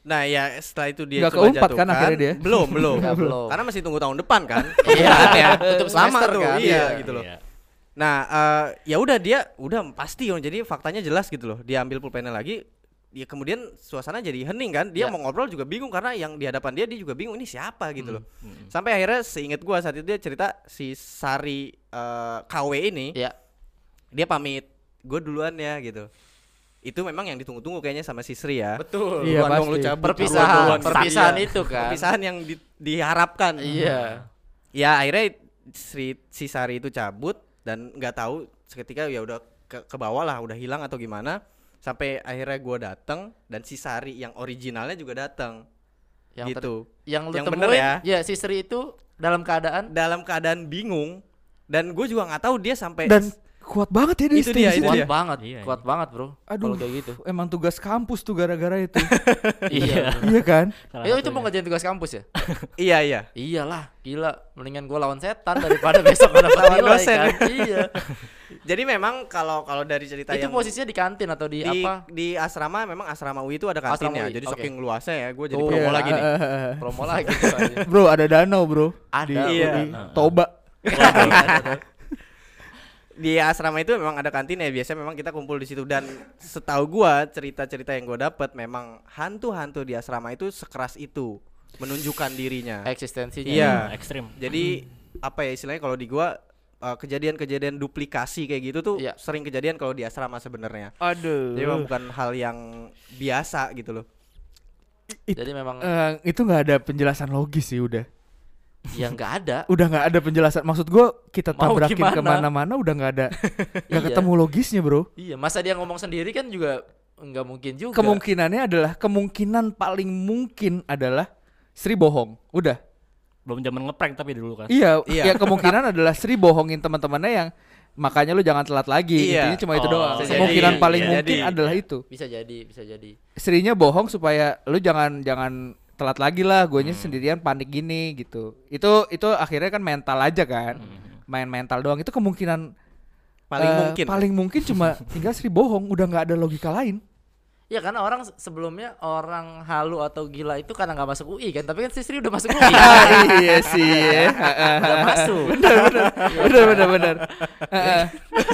Nah ya setelah itu dia Nggak coba keempat kan jatuhkan, akhirnya dia? belum belum Nggak, belum. karena masih tunggu tahun depan kan. Iya, ya tutup lama semester tuh kan. iya Iya. gitu loh. Iya. Nah eh, ya udah dia udah pasti Yon. Jadi faktanya jelas gitu loh, dia ambil pulpennya lagi, dia kemudian suasana jadi hening kan, dia Ya. mau ngobrol juga bingung karena yang di hadapan dia dia juga bingung ini siapa gitu loh. Hmm. Sampai akhirnya seingat gua saat itu dia cerita si Sari eh, K W ini Iya. dia pamit, gue duluan ya gitu. Itu memang yang ditunggu-tunggu kayaknya sama si Sri ya. Betul. Iya, Duluan dong lu pasti. cabut, Perpisahan, duluan, duluan. perpisahan Iya. itu kan. Perpisahan yang di- diharapkan. Iya. Ya akhirnya Sri si Sari itu cabut dan nggak tahu seketika ya udah ke, ke bawah lah, udah hilang atau gimana. Sampai akhirnya gua datang dan si Sari yang originalnya juga datang. Yang ter- Gitu. yang lu Yang temuin bener ya. ya si Sri itu dalam keadaan Dalam keadaan bingung dan gue juga nggak tahu dia sampai Dan kuat banget ya dia Itu stay dia, di itu situ. kuat dia. banget, Iya, kuat banget bro. Aduh, Kalau kayak gitu. emang tugas kampus tuh gara-gara itu. Iya. Iya kan? Salah Eh, itu satunya. mau ngerjain tugas kampus ya? iya iya. Iyalah, gila. Mendingan gua lawan setan daripada besok gak dapat Lawan nilai dosen. kan. Iya. Jadi memang kalau kalau dari cerita Itu yang posisinya di kantin atau di, di apa? di asrama memang asrama U I itu ada Asrama kantinnya. U I, Jadi oke. saking luasnya ya, gue jadi Tuh, promo iya. lagi nih. Promo lagi tuh aja. Bro, ada danau, Bro. Ada, Di, Iya. di Toba. Di asrama itu memang ada kantin ya, biasanya memang kita kumpul di situ dan setahu gua cerita-cerita yang gua dapat memang hantu-hantu di asrama itu sekeras itu menunjukkan dirinya. Eksistensinya. Iya. Hmm, ekstrim. Jadi apa ya istilahnya kalau di gua uh, kejadian-kejadian duplikasi kayak gitu tuh Iya. sering kejadian kalau di asrama sebenarnya. Aduh. Jadi memang bukan hal yang biasa gitu loh. Jadi memang Eh, itu nggak ada penjelasan logis sih udah. ya nggak ada. Udah nggak ada penjelasan. Maksud gua kita Mau tabrakin gimana? kemana-mana udah nggak ada, nggak Iya. ketemu logisnya, Bro. Iya, masa dia ngomong sendiri kan juga nggak mungkin juga. Kemungkinannya adalah kemungkinan paling mungkin adalah Sri bohong. Udah. Belum zaman ngeprank tapi dulu kan. Iya, Iya. ya kemungkinan adalah Sri bohongin teman-temannya yang makanya lu jangan telat lagi. Iya. Intinya cuma itu Oh, doang. bisa Kemungkinan jadi, paling bisa mungkin jadi. adalah itu. Bisa jadi, bisa jadi. Srinya bohong supaya lu jangan jangan telat lagi lah, guanya sendirian panik gini gitu. Itu itu akhirnya kan mental aja kan. Main mental doang. Itu kemungkinan Paling eh, mungkin. paling mungkin cuma tinggal Sri bohong, udah nggak ada logika lain. Ya karena orang se- sebelumnya orang halu atau gila itu karena nggak masuk U I kan, tapi kan si Sri udah masuk U I. Ah, iya sih. Udah masuk. bener bener bener bener bener. Heeh.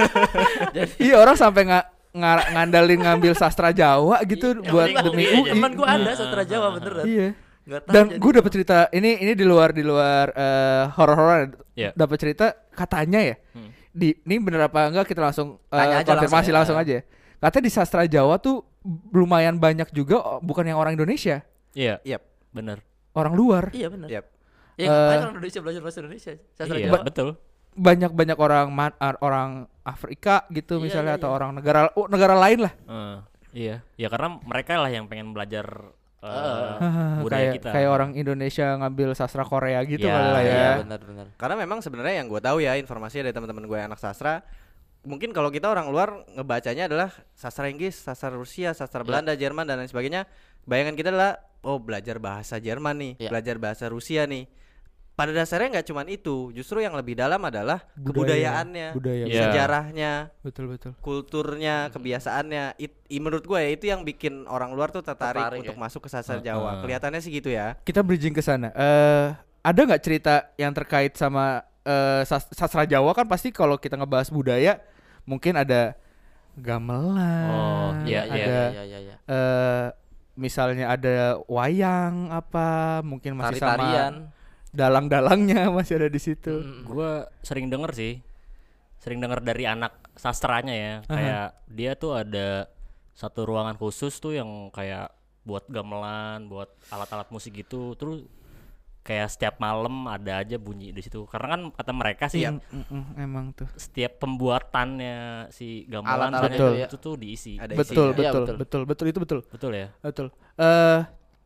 Iya orang sampai nggak nga- ngandalin ngambil sastra Jawa gitu Ya, buat mending demi U I U aja. I. Temen gua ada sastra Jawa beneran. Iya. Nggak tahu Dan jadi- gue dapet cerita ini ini di luar di luar eh, horor-horor. Iya. Dapat cerita katanya ya. Hmm. Di ini bener apa enggak kita langsung eh, Tanya aja konfirmasi langsung langsung, ya. aja. Katanya di sastra Jawa tuh lumayan banyak juga oh, bukan yang orang Indonesia, Iya, Yap. bener. orang luar. Iya benar. Yap. Ya Eh, ngapain orang Indonesia belajar bahasa Indonesia? Sastra Iya, Jawa. betul. Banyak-banyak orang ma- ar- orang Afrika gitu Iya, misalnya iya, atau iya. orang negara oh, negara lain lah. Eh, iya, ya karena mereka lah yang pengen belajar eh, Ah, budaya kayak kita. kayak orang Indonesia ngambil sastra Korea gitu Ya, kali lah ya. Iya benar-benar. Karena memang sebenarnya yang gue tahu ya informasi dari teman-teman gue yang anak sastra, mungkin kalau kita orang luar ngebacanya adalah sastra Inggris, sastra Rusia, sastra Belanda, Jerman dan lain sebagainya. Bayangan kita adalah oh belajar bahasa Jerman nih, Ya. belajar bahasa Rusia nih. Pada dasarnya nggak cuman itu, justru yang lebih dalam adalah Budaya, kebudayaannya, budaya. Iya. sejarahnya, Betul betul. kulturnya, kebiasaannya. It, i- menurut gue ya itu yang bikin orang luar tuh tertarik, Tertarik untuk ya. masuk ke sastra Uh, Jawa. uh. Kelihatannya sih gitu ya. Kita bridging ke sana. Eh ada nggak cerita yang terkait sama eh, sas- sastra Jawa kan pasti kalau kita ngebahas budaya mungkin ada gamelan, Oh, Iya iya, iya ada iya iya iya. eh, misalnya ada wayang apa, mungkin masih sama Tari-tarian. dalang-dalangnya masih ada di situ. Mm. Gue sering denger sih, sering denger dari anak sastranya ya, kayak dia tuh ada satu ruangan khusus tuh yang kayak buat gamelan, buat alat-alat musik gitu, terus kayak setiap malam ada aja bunyi di situ. Karena kan kata mereka sih Mm, mm, mm, emang tuh. setiap pembuatannya si gamelan Alat-alat itu, itu ya. itu tuh diisi. Ada Betul, isinya. Iya, betul, betul. betul, betul, itu betul. Betul ya? Betul. Eh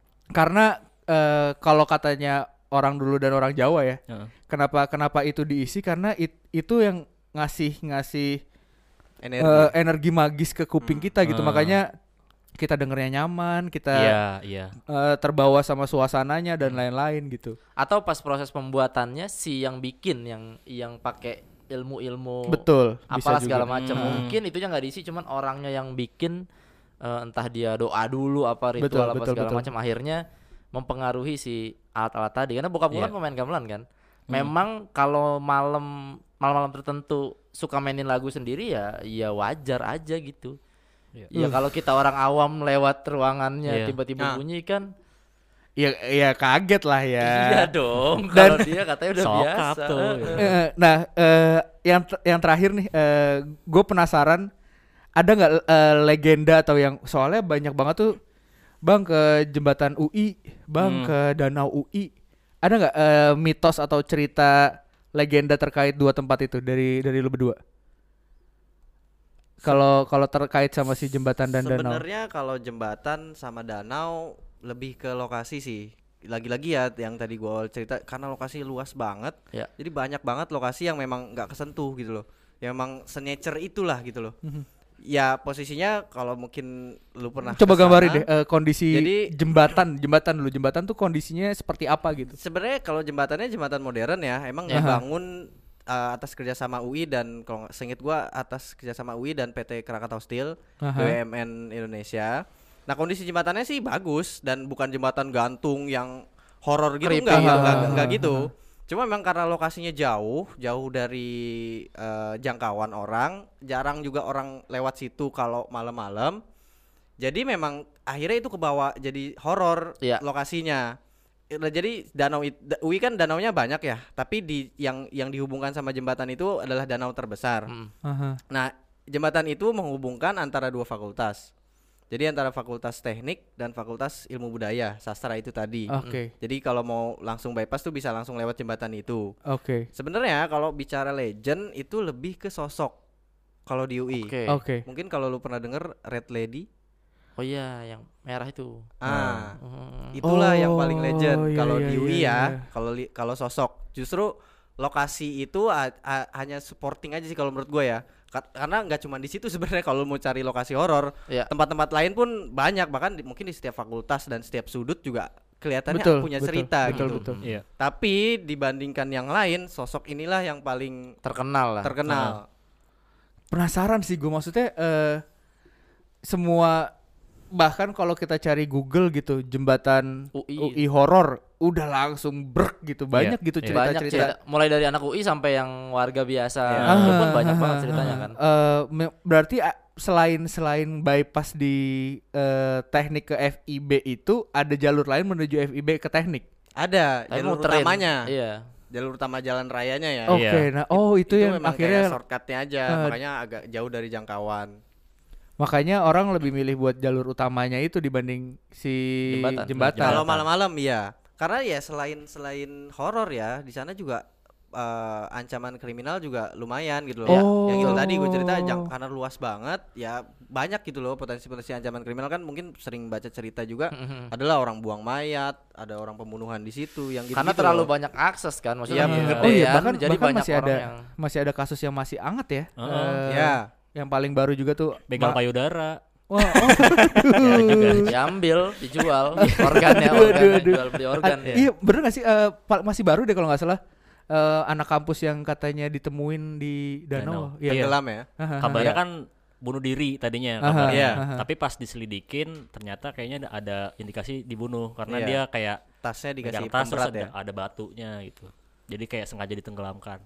karena eh, kalau katanya orang dulu dan orang Jawa ya, Heeh. kenapa kenapa itu diisi karena it- itu yang ngasih ngasih Energi. eh, energi magis ke kuping kita gitu. Ah. Makanya kita dengernya nyaman, kita Iya, iya. eh, terbawa sama suasananya dan lain-lain gitu. Atau pas proses pembuatannya si yang bikin yang yang pakai ilmu-ilmu Betul, bisa apalah segala juga. macam. Hmm. Mungkin itunya nggak diisi, cuman orangnya yang bikin eh, entah dia doa dulu apa ritual Betul, apa betul, segala betul. macam akhirnya mempengaruhi si alat-alat tadi karena bokap gue kan Iya. pemain gamelan kan. Memang kalau malam malam-malam tertentu suka mainin lagu sendiri ya ya wajar aja gitu. Iya. Ya kalau kita orang awam lewat ruangannya Iya. tiba-tiba Nah. bunyi kan Ya ya kaget lah ya. iya dong. Dan- Kalau dia katanya udah Sokap biasa. tuh, Heeh. gitu. Eh, nah, eh, yang ter- yang terakhir nih, gue penasaran ada nggak eh, legenda atau yang soalnya banyak banget tuh, bang ke jembatan U I, bang Hmm. ke danau U I, ada nggak eh, mitos atau cerita legenda terkait dua tempat itu dari dari lu berdua? Kalau kalau terkait sama si jembatan dan danau. Sebenarnya kalau jembatan sama danau lebih ke lokasi sih. Lagi-lagi ya yang tadi gua cerita karena lokasi luas banget. Ya. Jadi banyak banget lokasi yang memang nggak kesentuh gitu loh. Yang memang senature itulah gitu loh. Ya posisinya kalau mungkin lu pernah Coba kesana, gambarin deh eh, kondisi Jadi- jembatan, jembatan dulu, jembatan tuh kondisinya seperti apa gitu? Sebenarnya kalau jembatannya jembatan modern ya, emang Ya. dibangun uh, atas kerjasama U I dan kalau nggak- seinget gua atas kerjasama U I dan P T Krakatau Steel, Aha. B U M N Indonesia. Nah kondisi jembatannya sih bagus dan bukan jembatan gantung yang horor gitu, Creepy enggak, enggak, gitu. enggak, enggak gitu. Cuma memang karena lokasinya jauh, jauh dari uh, jangkauan orang, jarang juga orang lewat situ kalau malam-malam. Jadi memang akhirnya itu kebawa jadi horor Iya. lokasinya. Nah, jadi danau it- da- U I kan danaunya banyak ya, tapi di yang yang dihubungkan sama jembatan itu adalah danau terbesar. Mm. Aha. Nah, jembatan itu menghubungkan antara dua fakultas. Jadi antara fakultas teknik dan fakultas ilmu budaya, sastra itu tadi. Oke, Jadi kalau mau langsung bypass tuh bisa langsung lewat jembatan itu. oke, Sebenarnya kalau bicara legend itu lebih ke sosok kalau di U I. Oke. oke. Mungkin kalau lu pernah denger Red Lady, Oh iya yang merah itu. ah Hmm. itulah yang paling Oh, legend iya, kalau iya, di U I iya, ya. iya. Kalau li- kalau sosok justru lokasi itu a- a- hanya supporting aja sih kalau menurut gue ya. Ka- karena nggak cuma di situ sebenarnya kalau mau cari lokasi horor, Iya. tempat-tempat lain pun banyak, bahkan di- mungkin di setiap fakultas dan setiap sudut juga kelihatannya Betul, punya betul, cerita betul, gitu. betul. Iya. Tapi dibandingkan yang lain, sosok inilah yang paling Terkenal lah. terkenal. Penasaran sih gue, maksudnya eh semua, bahkan kalau kita cari Google gitu jembatan U I. U I horor udah langsung brek gitu, banyak Iya, gitu iya. Banyak cerita-cerita. cerita, mulai dari anak U I sampai yang warga biasa. Iya. Itu pun Ah, banyak ah, banget ah, ceritanya ah. kan. Eh, me- berarti ah, selain selain bypass di eh, teknik ke F I B itu ada jalur lain menuju F I B ke teknik. Ada Tapi jalur muterin. utamanya, Iya. jalur utama jalan rayanya ya. Oke, Iya. nah oh itu, yang memang akhirnya kayak shortcutnya aja, eh, makanya agak jauh dari jangkauan. makanya orang lebih milih buat jalur utamanya itu dibanding si Jembatan. jembatan. Kalau Jembatan. malam-malam iya, karena ya selain selain horor ya, di sana juga eh, ancaman kriminal juga lumayan gitu loh. Oh. Yang itu tadi gue cerita jang- karena luas banget, ya banyak gitu loh potensi-potensi ancaman kriminal kan, mungkin sering baca cerita juga Mhm. adalah orang buang mayat, ada orang pembunuhan di situ yang gitu. Karena terlalu banyak akses kan, maksudnya Iya, kegedean, Oh iya, bahkan jadi bahkan banyak masih orang ada yang masih ada kasus yang masih anget ya. Heeh. Eh, Ya. Yang paling baru juga tuh Begal ma- payudara. Wah, oh, Ya juga. diambil, dijual organnya, Aduh, organnya aduh, aduh. jual beli organ. Ah, iya bener gak sih, eh, pa- masih baru deh kalau nggak salah, eh, anak kampus yang katanya ditemuin di danau. Danau. Iya. Iya. Tenggelam ya. Hahaha. Kabarnya Iya. kan bunuh diri tadinya Aha, kabarnya. Iya. aha. Tapi pas diselidikin ternyata kayaknya ada, ada indikasi dibunuh karena Iya. dia kayak Tasnya dikasih megang tas terus pemberat ada, ya. ada batunya gitu. Jadi kayak sengaja ditenggelamkan.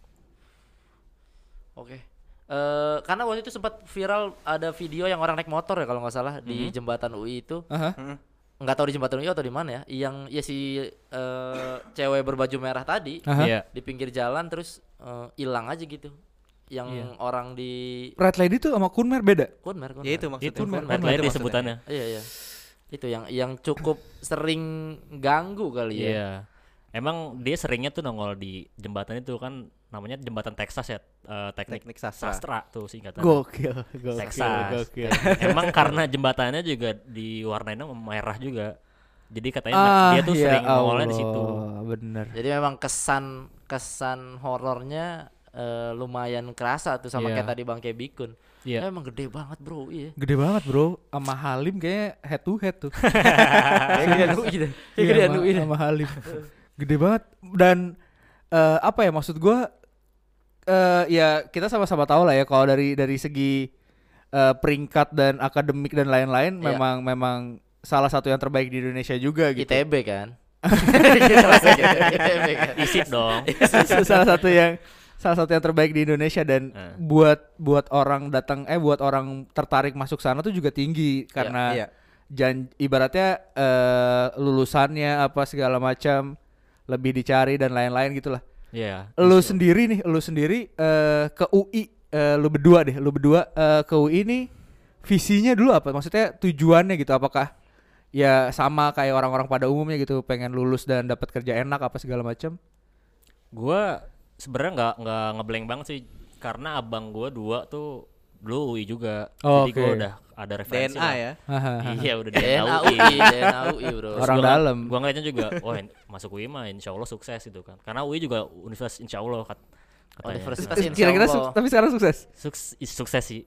Oke. Eh, karena waktu itu sempat viral ada video yang orang naik motor ya kalau nggak salah di Mhm. jembatan U I itu. Aha. Mm. Nggak tahu di jembatan U I atau di mana ya. Yang ya si eh, cewek berbaju merah tadi Aha. Iya. di pinggir jalan terus eh, hilang aja gitu. Yang Iya. orang di Red Lady tuh sama Kunmer beda. Kunmer, Kunmer. Ya itu maksudnya. Itu Kunmer, Red Kunmer. Lady Itu maksudnya. sebutannya. Iya iya. Itu yang yang cukup sering ganggu kali ya. Iya. Emang dia seringnya tuh nongol di jembatan itu kan namanya jembatan Texas ya, eh, teknik, Teknik sastra. sastra tuh singkatannya. Gokil, gokil, Texas. gokil. Emang karena jembatannya juga diwarnainnya merah juga. Jadi katanya Ah, dia tuh ya sering nongolnya di situ. Allah, bener. Jadi memang kesan kesan horornya eh, lumayan kerasa tuh sama Iya. kayak tadi Bang Kebikun. Iya. Ya, emang gede banget bro, iya. Gede banget bro, sama Halim kayaknya head to head tuh. Kayak gedean U I deh. Kayak Iya, gedean sama- U I deh. sama Halim. Gede banget dan eh, apa ya maksud gua, eh ya kita sama-sama tahu lah ya kalau dari dari segi uh, peringkat dan akademik dan lain-lain Iya. memang memang salah satu yang terbaik di Indonesia juga gitu. I T B kan. Kita masuk I T B kan. Isip dong. salah satu yang salah satu yang terbaik di Indonesia dan Eh. buat buat orang datang eh buat orang tertarik masuk sana tuh juga tinggi karena Iya. jan ibaratnya eh, lulusannya apa segala macam lebih dicari dan lain-lain gitulah. Iya. Lu sendiri nih, lu sendiri eh, ke U I, eh, lu berdua deh, lu berdua eh, ke U I nih visinya dulu apa? Maksudnya tujuannya gitu, apakah ya sama kayak orang-orang pada umumnya gitu, pengen lulus dan dapat kerja enak apa segala macam? Gua sebenarnya nggak nggak ngeblank banget sih karena abang gua dua tuh dulu U I juga. Oh, Jadi gua oke. udah ada D referensi N A lah. ya. Iya udah D D N N A A U U I, I. D N A U I bro. Terus Orang gua- dalam. Gua ngeliatnya juga, wah in- masuk U I mah insya Allah sukses itu kan. Karena U I juga universitas insya Allah kat, katanya. Universitas Nah, insya Kira-kira Allah. suk- tapi sekarang sukses. Suks- is- sukses sih.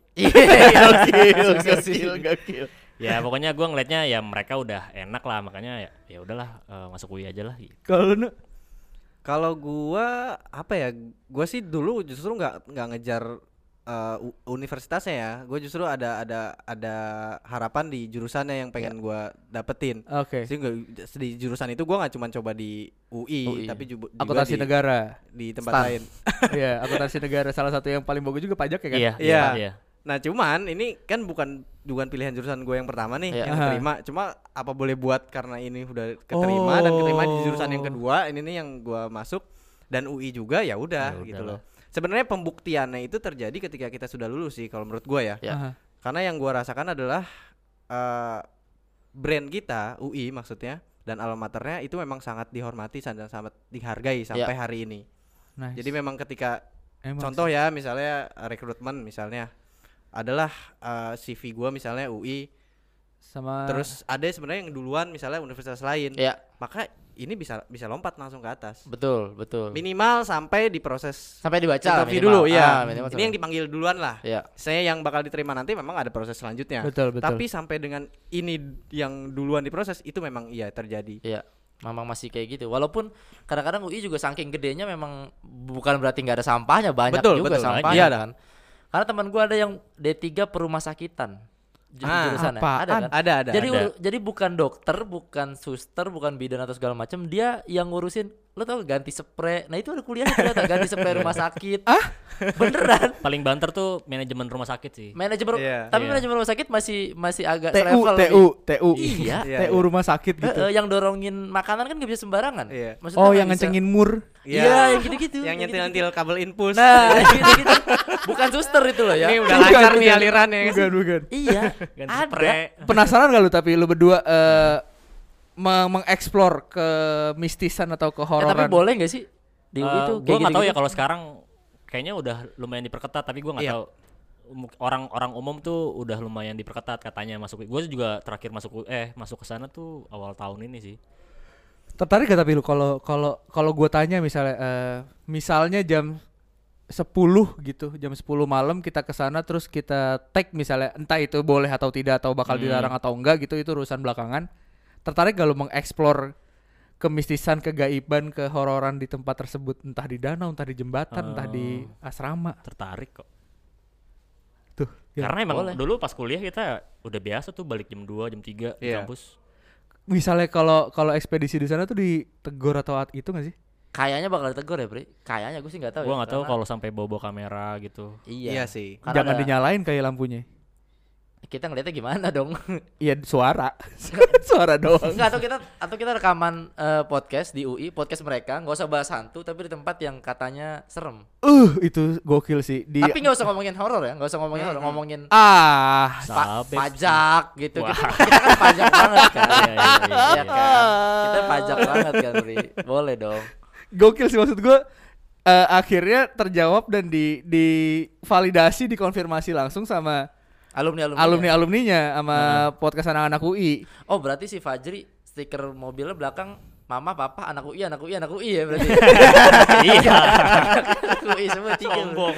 Iya, sukses sih. gokil. Ya pokoknya gua ngeliatnya ya mereka udah enak lah makanya ya ya udahlah eh, masuk U I aja lah. Kalau lu Kalau gua apa ya? Gua sih dulu justru nggak nggak ngejar uh, u- universitasnya ya. Gua justru ada ada ada harapan di jurusannya yang pengen gua dapetin. oke. Jadi nggak di jurusan itu gua nggak cuma coba di U I, U I, tapi ju- juga Akuntansi di, negara. di tempat Stan. lain. Iya, akuntansi negara salah satu yang paling bagus juga pajak ya kan? Iya, Iya. iya. Nah cuman ini kan bukan bukan pilihan jurusan gue yang pertama nih Iya. yang Aha. keterima. Cuma apa boleh buat karena ini udah keterima dan keterima di jurusan yang Oh. kedua. Ini nih yang gue masuk dan U I juga ya udah Ya gitu udahlah. loh. Sebenarnya pembuktiannya itu terjadi ketika kita sudah lulus sih kalau menurut gue ya. Ya. Aha. Karena yang gue rasakan adalah eh, brand kita U I maksudnya dan alma maternya itu memang sangat dihormati dan sangat dihargai sampai hari ini. Nice. Jadi memang ketika Emang contoh ya misalnya uh, rekrutmen misalnya adalah uh, C V gua misalnya U I sama terus ada sebenarnya yang duluan misalnya universitas lain Ya, maka ini bisa bisa lompat langsung ke atas betul, betul. minimal sampai diproses Sampai dibaca interview minimal. dulu ya Ah, minimal ini yang dipanggil duluan lah Ya. saya yang bakal diterima nanti memang ada proses selanjutnya betul betul. tapi sampai dengan ini yang duluan diproses itu memang iya terjadi Iya, memang masih kayak gitu. Walaupun kadang-kadang U I juga saking gedenya memang bukan berarti nggak ada sampahnya, banyak Betul, juga betul. sampahnya Iya, kan. Karena teman gua ada yang D tiga perumah sakitan. Ju- Ah, jurusannya. apaan? Ada kan? ada ada Jadi ada. uru- jadi bukan dokter, bukan suster, bukan bidan atau segala macam, dia yang ngurusin lo tau gak, ganti spray. Nah, itu ada kuliahnya ternyata ganti spray rumah sakit. Ah? Beneran. Paling banter tuh manajemen rumah sakit sih. Manajemen Iya, tapi iya. manajemen rumah sakit masih masih agak T U selevel T U lebih. T U. Iya. Iya, T U iya. rumah sakit Eh, gitu. eh, yang dorongin makanan kan gak bisa sembarangan. Iya. Maksudnya Oh, nggak yang bisa- ngencengin mur. Iya, yang gitu-gitu. yang yang nyentil-nyentil kabel infus gitu-gitu. Nah, gitu-gitu. Bukan suster itu loh ya. ini udah Bukan, lancar nih bukan. alirannya Bukan bukan. Iya, Ganti ada. spray. Penasaran gak lu tapi lu berdua eh me- mengeksplor ke mistisan atau ke Eh, tapi hororan? boleh gak sih di U I Eh, itu? gua nggak tahu ya kalau sekarang kayaknya udah lumayan diperketat tapi gua nggak Iya. tahu Um, orang-orang umum tuh udah lumayan diperketat katanya masuk. Gue juga terakhir masuk U- eh masuk ke sana tuh awal tahun ini sih. Tertarik gak tapi lu kalau kalau kalau gue tanya misalnya eh, misalnya jam sepuluh gitu, jam sepuluh malam kita ke sana terus kita tag misalnya entah itu boleh atau tidak atau bakal Hmm. dilarang atau enggak gitu, itu urusan belakangan. Tertarik gak lu mengeksplor kemistisan, kegaiban, kehororan di tempat tersebut, entah di danau, entah di jembatan, entah di asrama. Tertarik kok. Tuh. ya. Karena emang boleh. dulu pas kuliah kita udah biasa tuh balik jam dua, jam tiga di Iya. kampus. Misalnya kalau kalau ekspedisi di sana tuh ditegur atau at- itu gak sih? Kayaknya bakal ditegur ya, Bre. Kayaknya gue sih nggak tahu. Gua ya, nggak tahu karena- kalau sampai bawa kamera gitu. Iya. iya sih Karena Jangan ada- dinyalain kayak lampunya. Kita ngeliatnya gimana dong? Iya, suara. Suara doang. Enggak, atau kita atau kita rekaman eh, podcast di U I, podcast mereka, nggak usah bahas hantu tapi di tempat yang katanya serem. Uh, itu gokil sih. Di Tapi nggak usah ngomongin horor ya, nggak usah ngomongin horor, ngomongin ah, pa- Sabep. pajak gitu. Wah. Kita, kita kan pajak banget kan. Iya, iya, iya, Iya kan? Kita pajak banget kan, Ri. Boleh dong. gokil sih maksud gue. Eh, akhirnya terjawab dan di divalidasi, dikonfirmasi langsung sama Alumni-alumni. alumni-alumninya sama podcast anak-anak U I. Oh, berarti si Fajri stiker mobilnya belakang mama, papa, anak U I, anak U I, anak U I ya berarti. Iya. Anak U I semua tiga. bro. Sombong.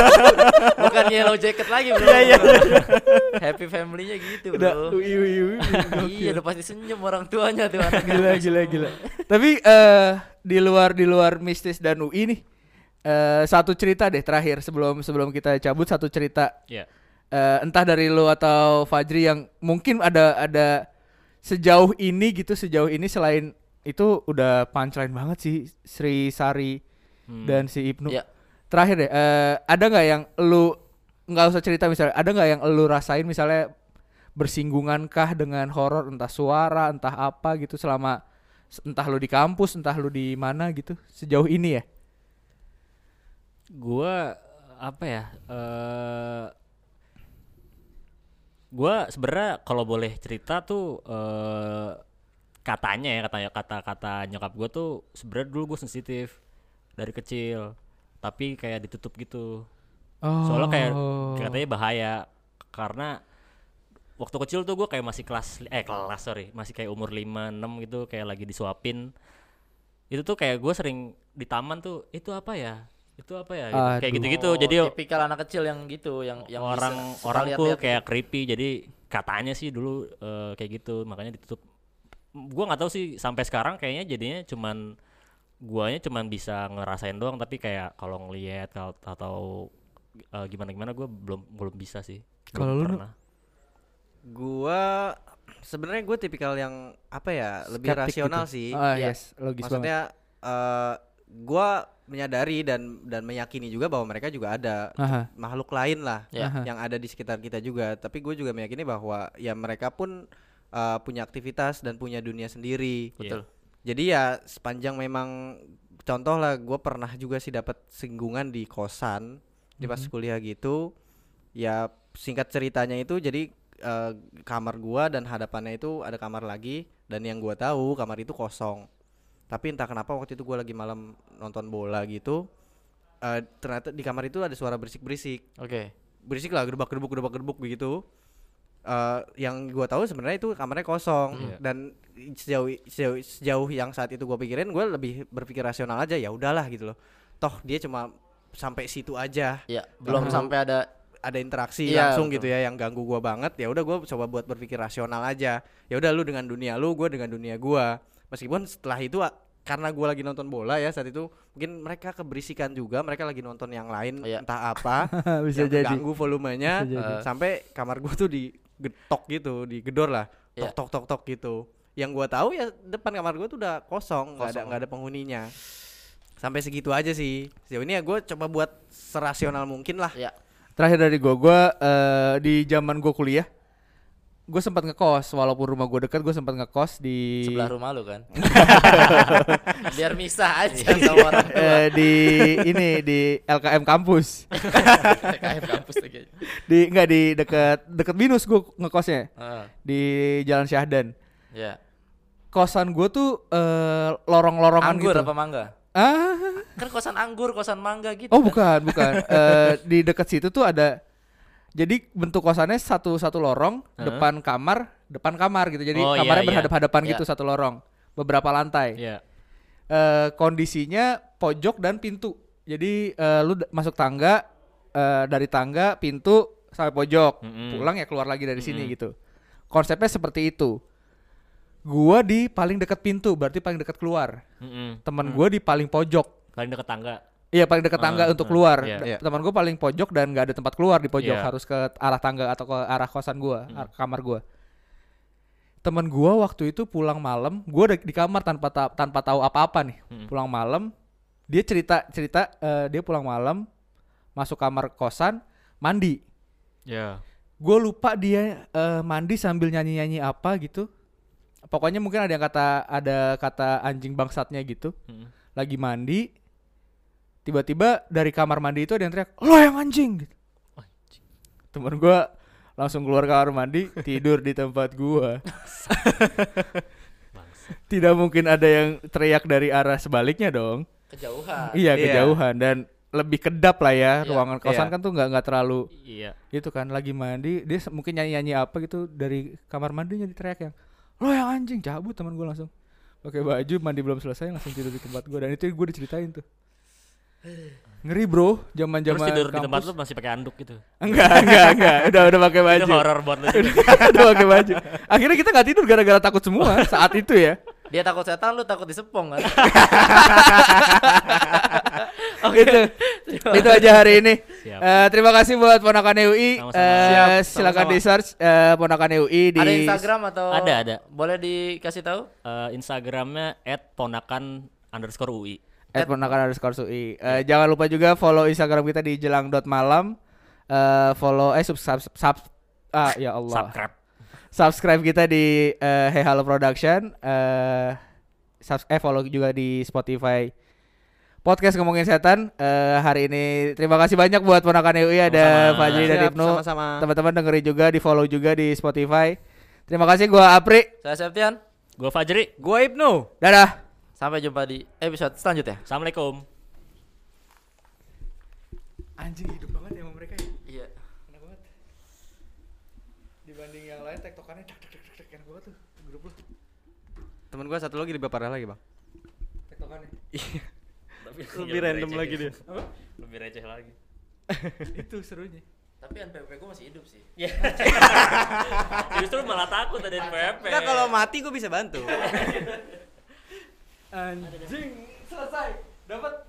Bukan yellow jacket lagi, Bro. Iya, Happy family-nya gitu, Udah Bro. U I U I. U I. Iya, udah pasti senyum orang tuanya tuh anaknya. Gila gila gila. Tapi eh di luar di luar mistis dan U I nih, eh satu cerita deh terakhir sebelum sebelum kita cabut, satu cerita Iya. uh, entah dari lu atau Fajri yang mungkin ada ada sejauh ini gitu, sejauh ini selain itu udah punchline banget sih Sri Sari Hmm. dan si Ibnu. Ya. Terakhir deh, uh, ada nggak yang lu nggak usah cerita misalnya, ada nggak yang lu rasain misalnya bersinggungan kah dengan horor, entah suara, entah apa gitu selama entah lu di kampus, entah lu di mana gitu sejauh ini ya? Gua apa ya? Eh gua sebenarnya kalau boleh cerita tuh eh katanya ya katanya kata-kata nyokap gua tuh sebenarnya dulu gua sensitif dari kecil, tapi kayak ditutup gitu. Oh. Soalnya kayak katanya bahaya karena waktu kecil tuh gua kayak masih kelas eh kelas sorry masih kayak umur lima enam gitu, kayak lagi disuapin. Itu tuh kayak gua sering di taman tuh, itu apa ya? Itu apa ya? Gitu. Kayak Aduh. gitu-gitu. Oh, Jadi tipikal anak kecil yang gitu, yang yang orang bisa suka orang tuh lihat-lihat kayak creepy, jadi katanya sih dulu eh, kayak gitu, makanya ditutup. Gua nggak tahu sih sampai sekarang kayaknya jadinya cuman guanya cuman bisa ngerasain doang, tapi kayak kalau ngelihat atau, atau uh, gimana-gimana gue belum belum bisa sih. Kalau lu, pernah. Gua sebenarnya gue tipikal yang apa ya, lebih Skeptik rasional gitu. sih. Ah, Ya. yes, logis banget. Maksudnya eh gua menyadari dan dan meyakini juga bahwa mereka juga ada Aha. makhluk lain lah Ya. Aha. yang ada di sekitar kita juga. Tapi gue juga meyakini bahwa ya mereka pun eh, punya aktivitas dan punya dunia sendiri. Betul. Jadi ya sepanjang memang contoh lah, gue pernah juga sih dapat singgungan di kosan di pas Mhm. kuliah gitu. Ya singkat ceritanya itu jadi eh, kamar gua dan hadapannya itu ada kamar lagi, dan yang gua tahu kamar itu kosong. Tapi entah kenapa waktu itu gua lagi malam nonton bola gitu, eh, ternyata di kamar itu ada suara berisik-berisik. Oke. Berisik lah, gedebak-gedebuk gedebak-gedebuk begitu. Eh, yang gua tahu sebenarnya itu kamarnya kosong. Iya. Dan sejauh, sejauh sejauh yang saat itu gua pikirin, gua lebih berpikir rasional aja, ya udahlah gitu loh. Toh dia cuma sampai situ aja, Ya, belum Kalau- sampai ada ada interaksi Iya, langsung betul. gitu ya yang ganggu gua banget. Ya udah gua coba buat berpikir rasional aja. Ya udah lu dengan dunia lu, gua dengan dunia gua. Meskipun setelah itu a- karena gua lagi nonton bola ya saat itu, mungkin mereka keberisikan juga, mereka lagi nonton yang lain Iya. entah apa Bisa yang jadi. ganggu volumenya. Bisa jadi. eh, sampai kamar gua tuh digetok gitu, digedor lah, Iya. tok tok tok tok gitu. Yang gua tahu ya depan kamar gua tuh udah kosong, nggak ada Kosong. nggak ada penghuninya. Sampai segitu aja sih. Sejauh ini ya gua coba buat serasional mungkin lah. ya. Terakhir dari gue, gue eh, di zaman gue kuliah, gue sempat ngekos. Walaupun rumah gue dekat, gue sempat ngekos di Sebelah rumah lu kan. Biar misah aja sama orang tua. eh, di ini di L K M kampus. T K M kampus lagi. Di enggak di dekat dekat Binus gue ngekosnya Heeh. di Jalan Syahdan. Ya. Kosan gue tuh eh, lorong-lorongan Anggur gitu. apa mangga? Ah, Kan kosan anggur, kosan mangga gitu. oh kan? bukan, bukan. Eh, di dekat situ tuh ada. Jadi bentuk kosannya satu satu lorong, Heeh. depan kamar, depan kamar gitu. Jadi Oh, iya, kamarnya iya. berhadap-hadapan Iya. gitu satu lorong, beberapa lantai. Iya. Eh, kondisinya pojok dan pintu. Jadi eh, lu d- masuk tangga, eh, dari tangga pintu sampai pojok, Mm-mm. pulang ya keluar lagi dari sini Mm-mm. gitu. Konsepnya seperti itu. Gua di paling dekat pintu, berarti paling dekat keluar. Mm-mm. Temen gua di paling pojok. Paling deket tangga. Iya paling dekat tangga Ah, untuk ah, keluar. iya. Da- Iya. Teman gue paling pojok dan nggak ada tempat keluar di pojok, Iya. harus ke arah tangga atau ke arah kosan gue, Hmm. ar- kamar gue. Temen gue waktu itu pulang malam, gue udah di kamar tanpa ta- tanpa tahu apa-apa nih. Hmm. Pulang malam, dia cerita cerita eh, dia pulang malam, masuk kamar kosan, mandi. Ya. Gue lupa dia eh, mandi sambil nyanyi-nyanyi apa gitu. Pokoknya mungkin ada yang kata ada kata anjing bangsatnya gitu. Mm. Lagi mandi, tiba-tiba dari kamar mandi itu ada yang teriak, lo yang anjing gitu. Anjing. Temen gue langsung keluar kamar mandi, tidur di tempat gue. Bangsa. Tidak mungkin ada yang teriak dari arah sebaliknya dong. Kejauhan. Iya, Iya. kejauhan dan lebih kedap lah ya. Iya. Ruangan kosan Iya. kan tuh nggak nggak terlalu Iya. gitu kan. Lagi mandi, dia se- mungkin nyanyi-nyanyi apa gitu dari kamar mandinya diteriak yang, lo yang anjing, cabut. Teman gue langsung pakai baju, mandi belum selesai langsung tidur di tempat gue, dan itu gue diceritain tuh. Ngeri bro, Terus zaman-zaman tidur di tempat kampus. lu masih pakai anduk gitu. Enggak, enggak, enggak. Udah udah pakai baju. Itu horor buat lu juga. Udah pakai baju. Akhirnya kita nggak tidur gara-gara takut semua saat itu ya. Dia takut setan, lu takut disepong kan. Itu Itu aja hari ini. Siap. Eh, terima kasih buat Ponakan U I. Sama-sama. Eh, Siap, silakan sama-sama. di search eh, Ponakan U I di Ada Instagram atau Ada, ada. Boleh dikasih tahu? Eh, Instagramnya at ponakan underscore UI. at Ponakan underscore U I. Eh, jangan lupa juga follow Instagram kita di jelang.malam. Eh, follow eh sub, sub, sub ah ya Allah. Subscribe. Subscribe kita di eh, Hey Halo Production. Eh, subs- eh follow juga di Spotify. Podcast Ngomongin Setan. Eh, hari ini terima kasih banyak buat Ponakan U I, ada Sama-sama. Fajri dan Siap, Ibnu. sama-sama. Teman-teman dengerin juga, di follow juga di Spotify. Terima kasih, gua Apri. Saya Septian. Gue Fajri. Gua Ibnu. Dadah. Sampai jumpa di episode selanjutnya. Assalamualaikum. Anjing hidup banget ya sama mereka ya. Iya. Enak banget. Dibanding yang lain tektokannya dak dak dak dak enak banget tuh grup lu. Temen gua satu lagi lebih parah lagi, Bang. Tektokannya. Lebih random lagi dia. Lebih receh lagi. Itu serunya. Tapi N P P gue masih hidup sih. Justru malah takut ada N P P. Enggak, kalau mati gua bisa bantu. Anjing selesai. Dapat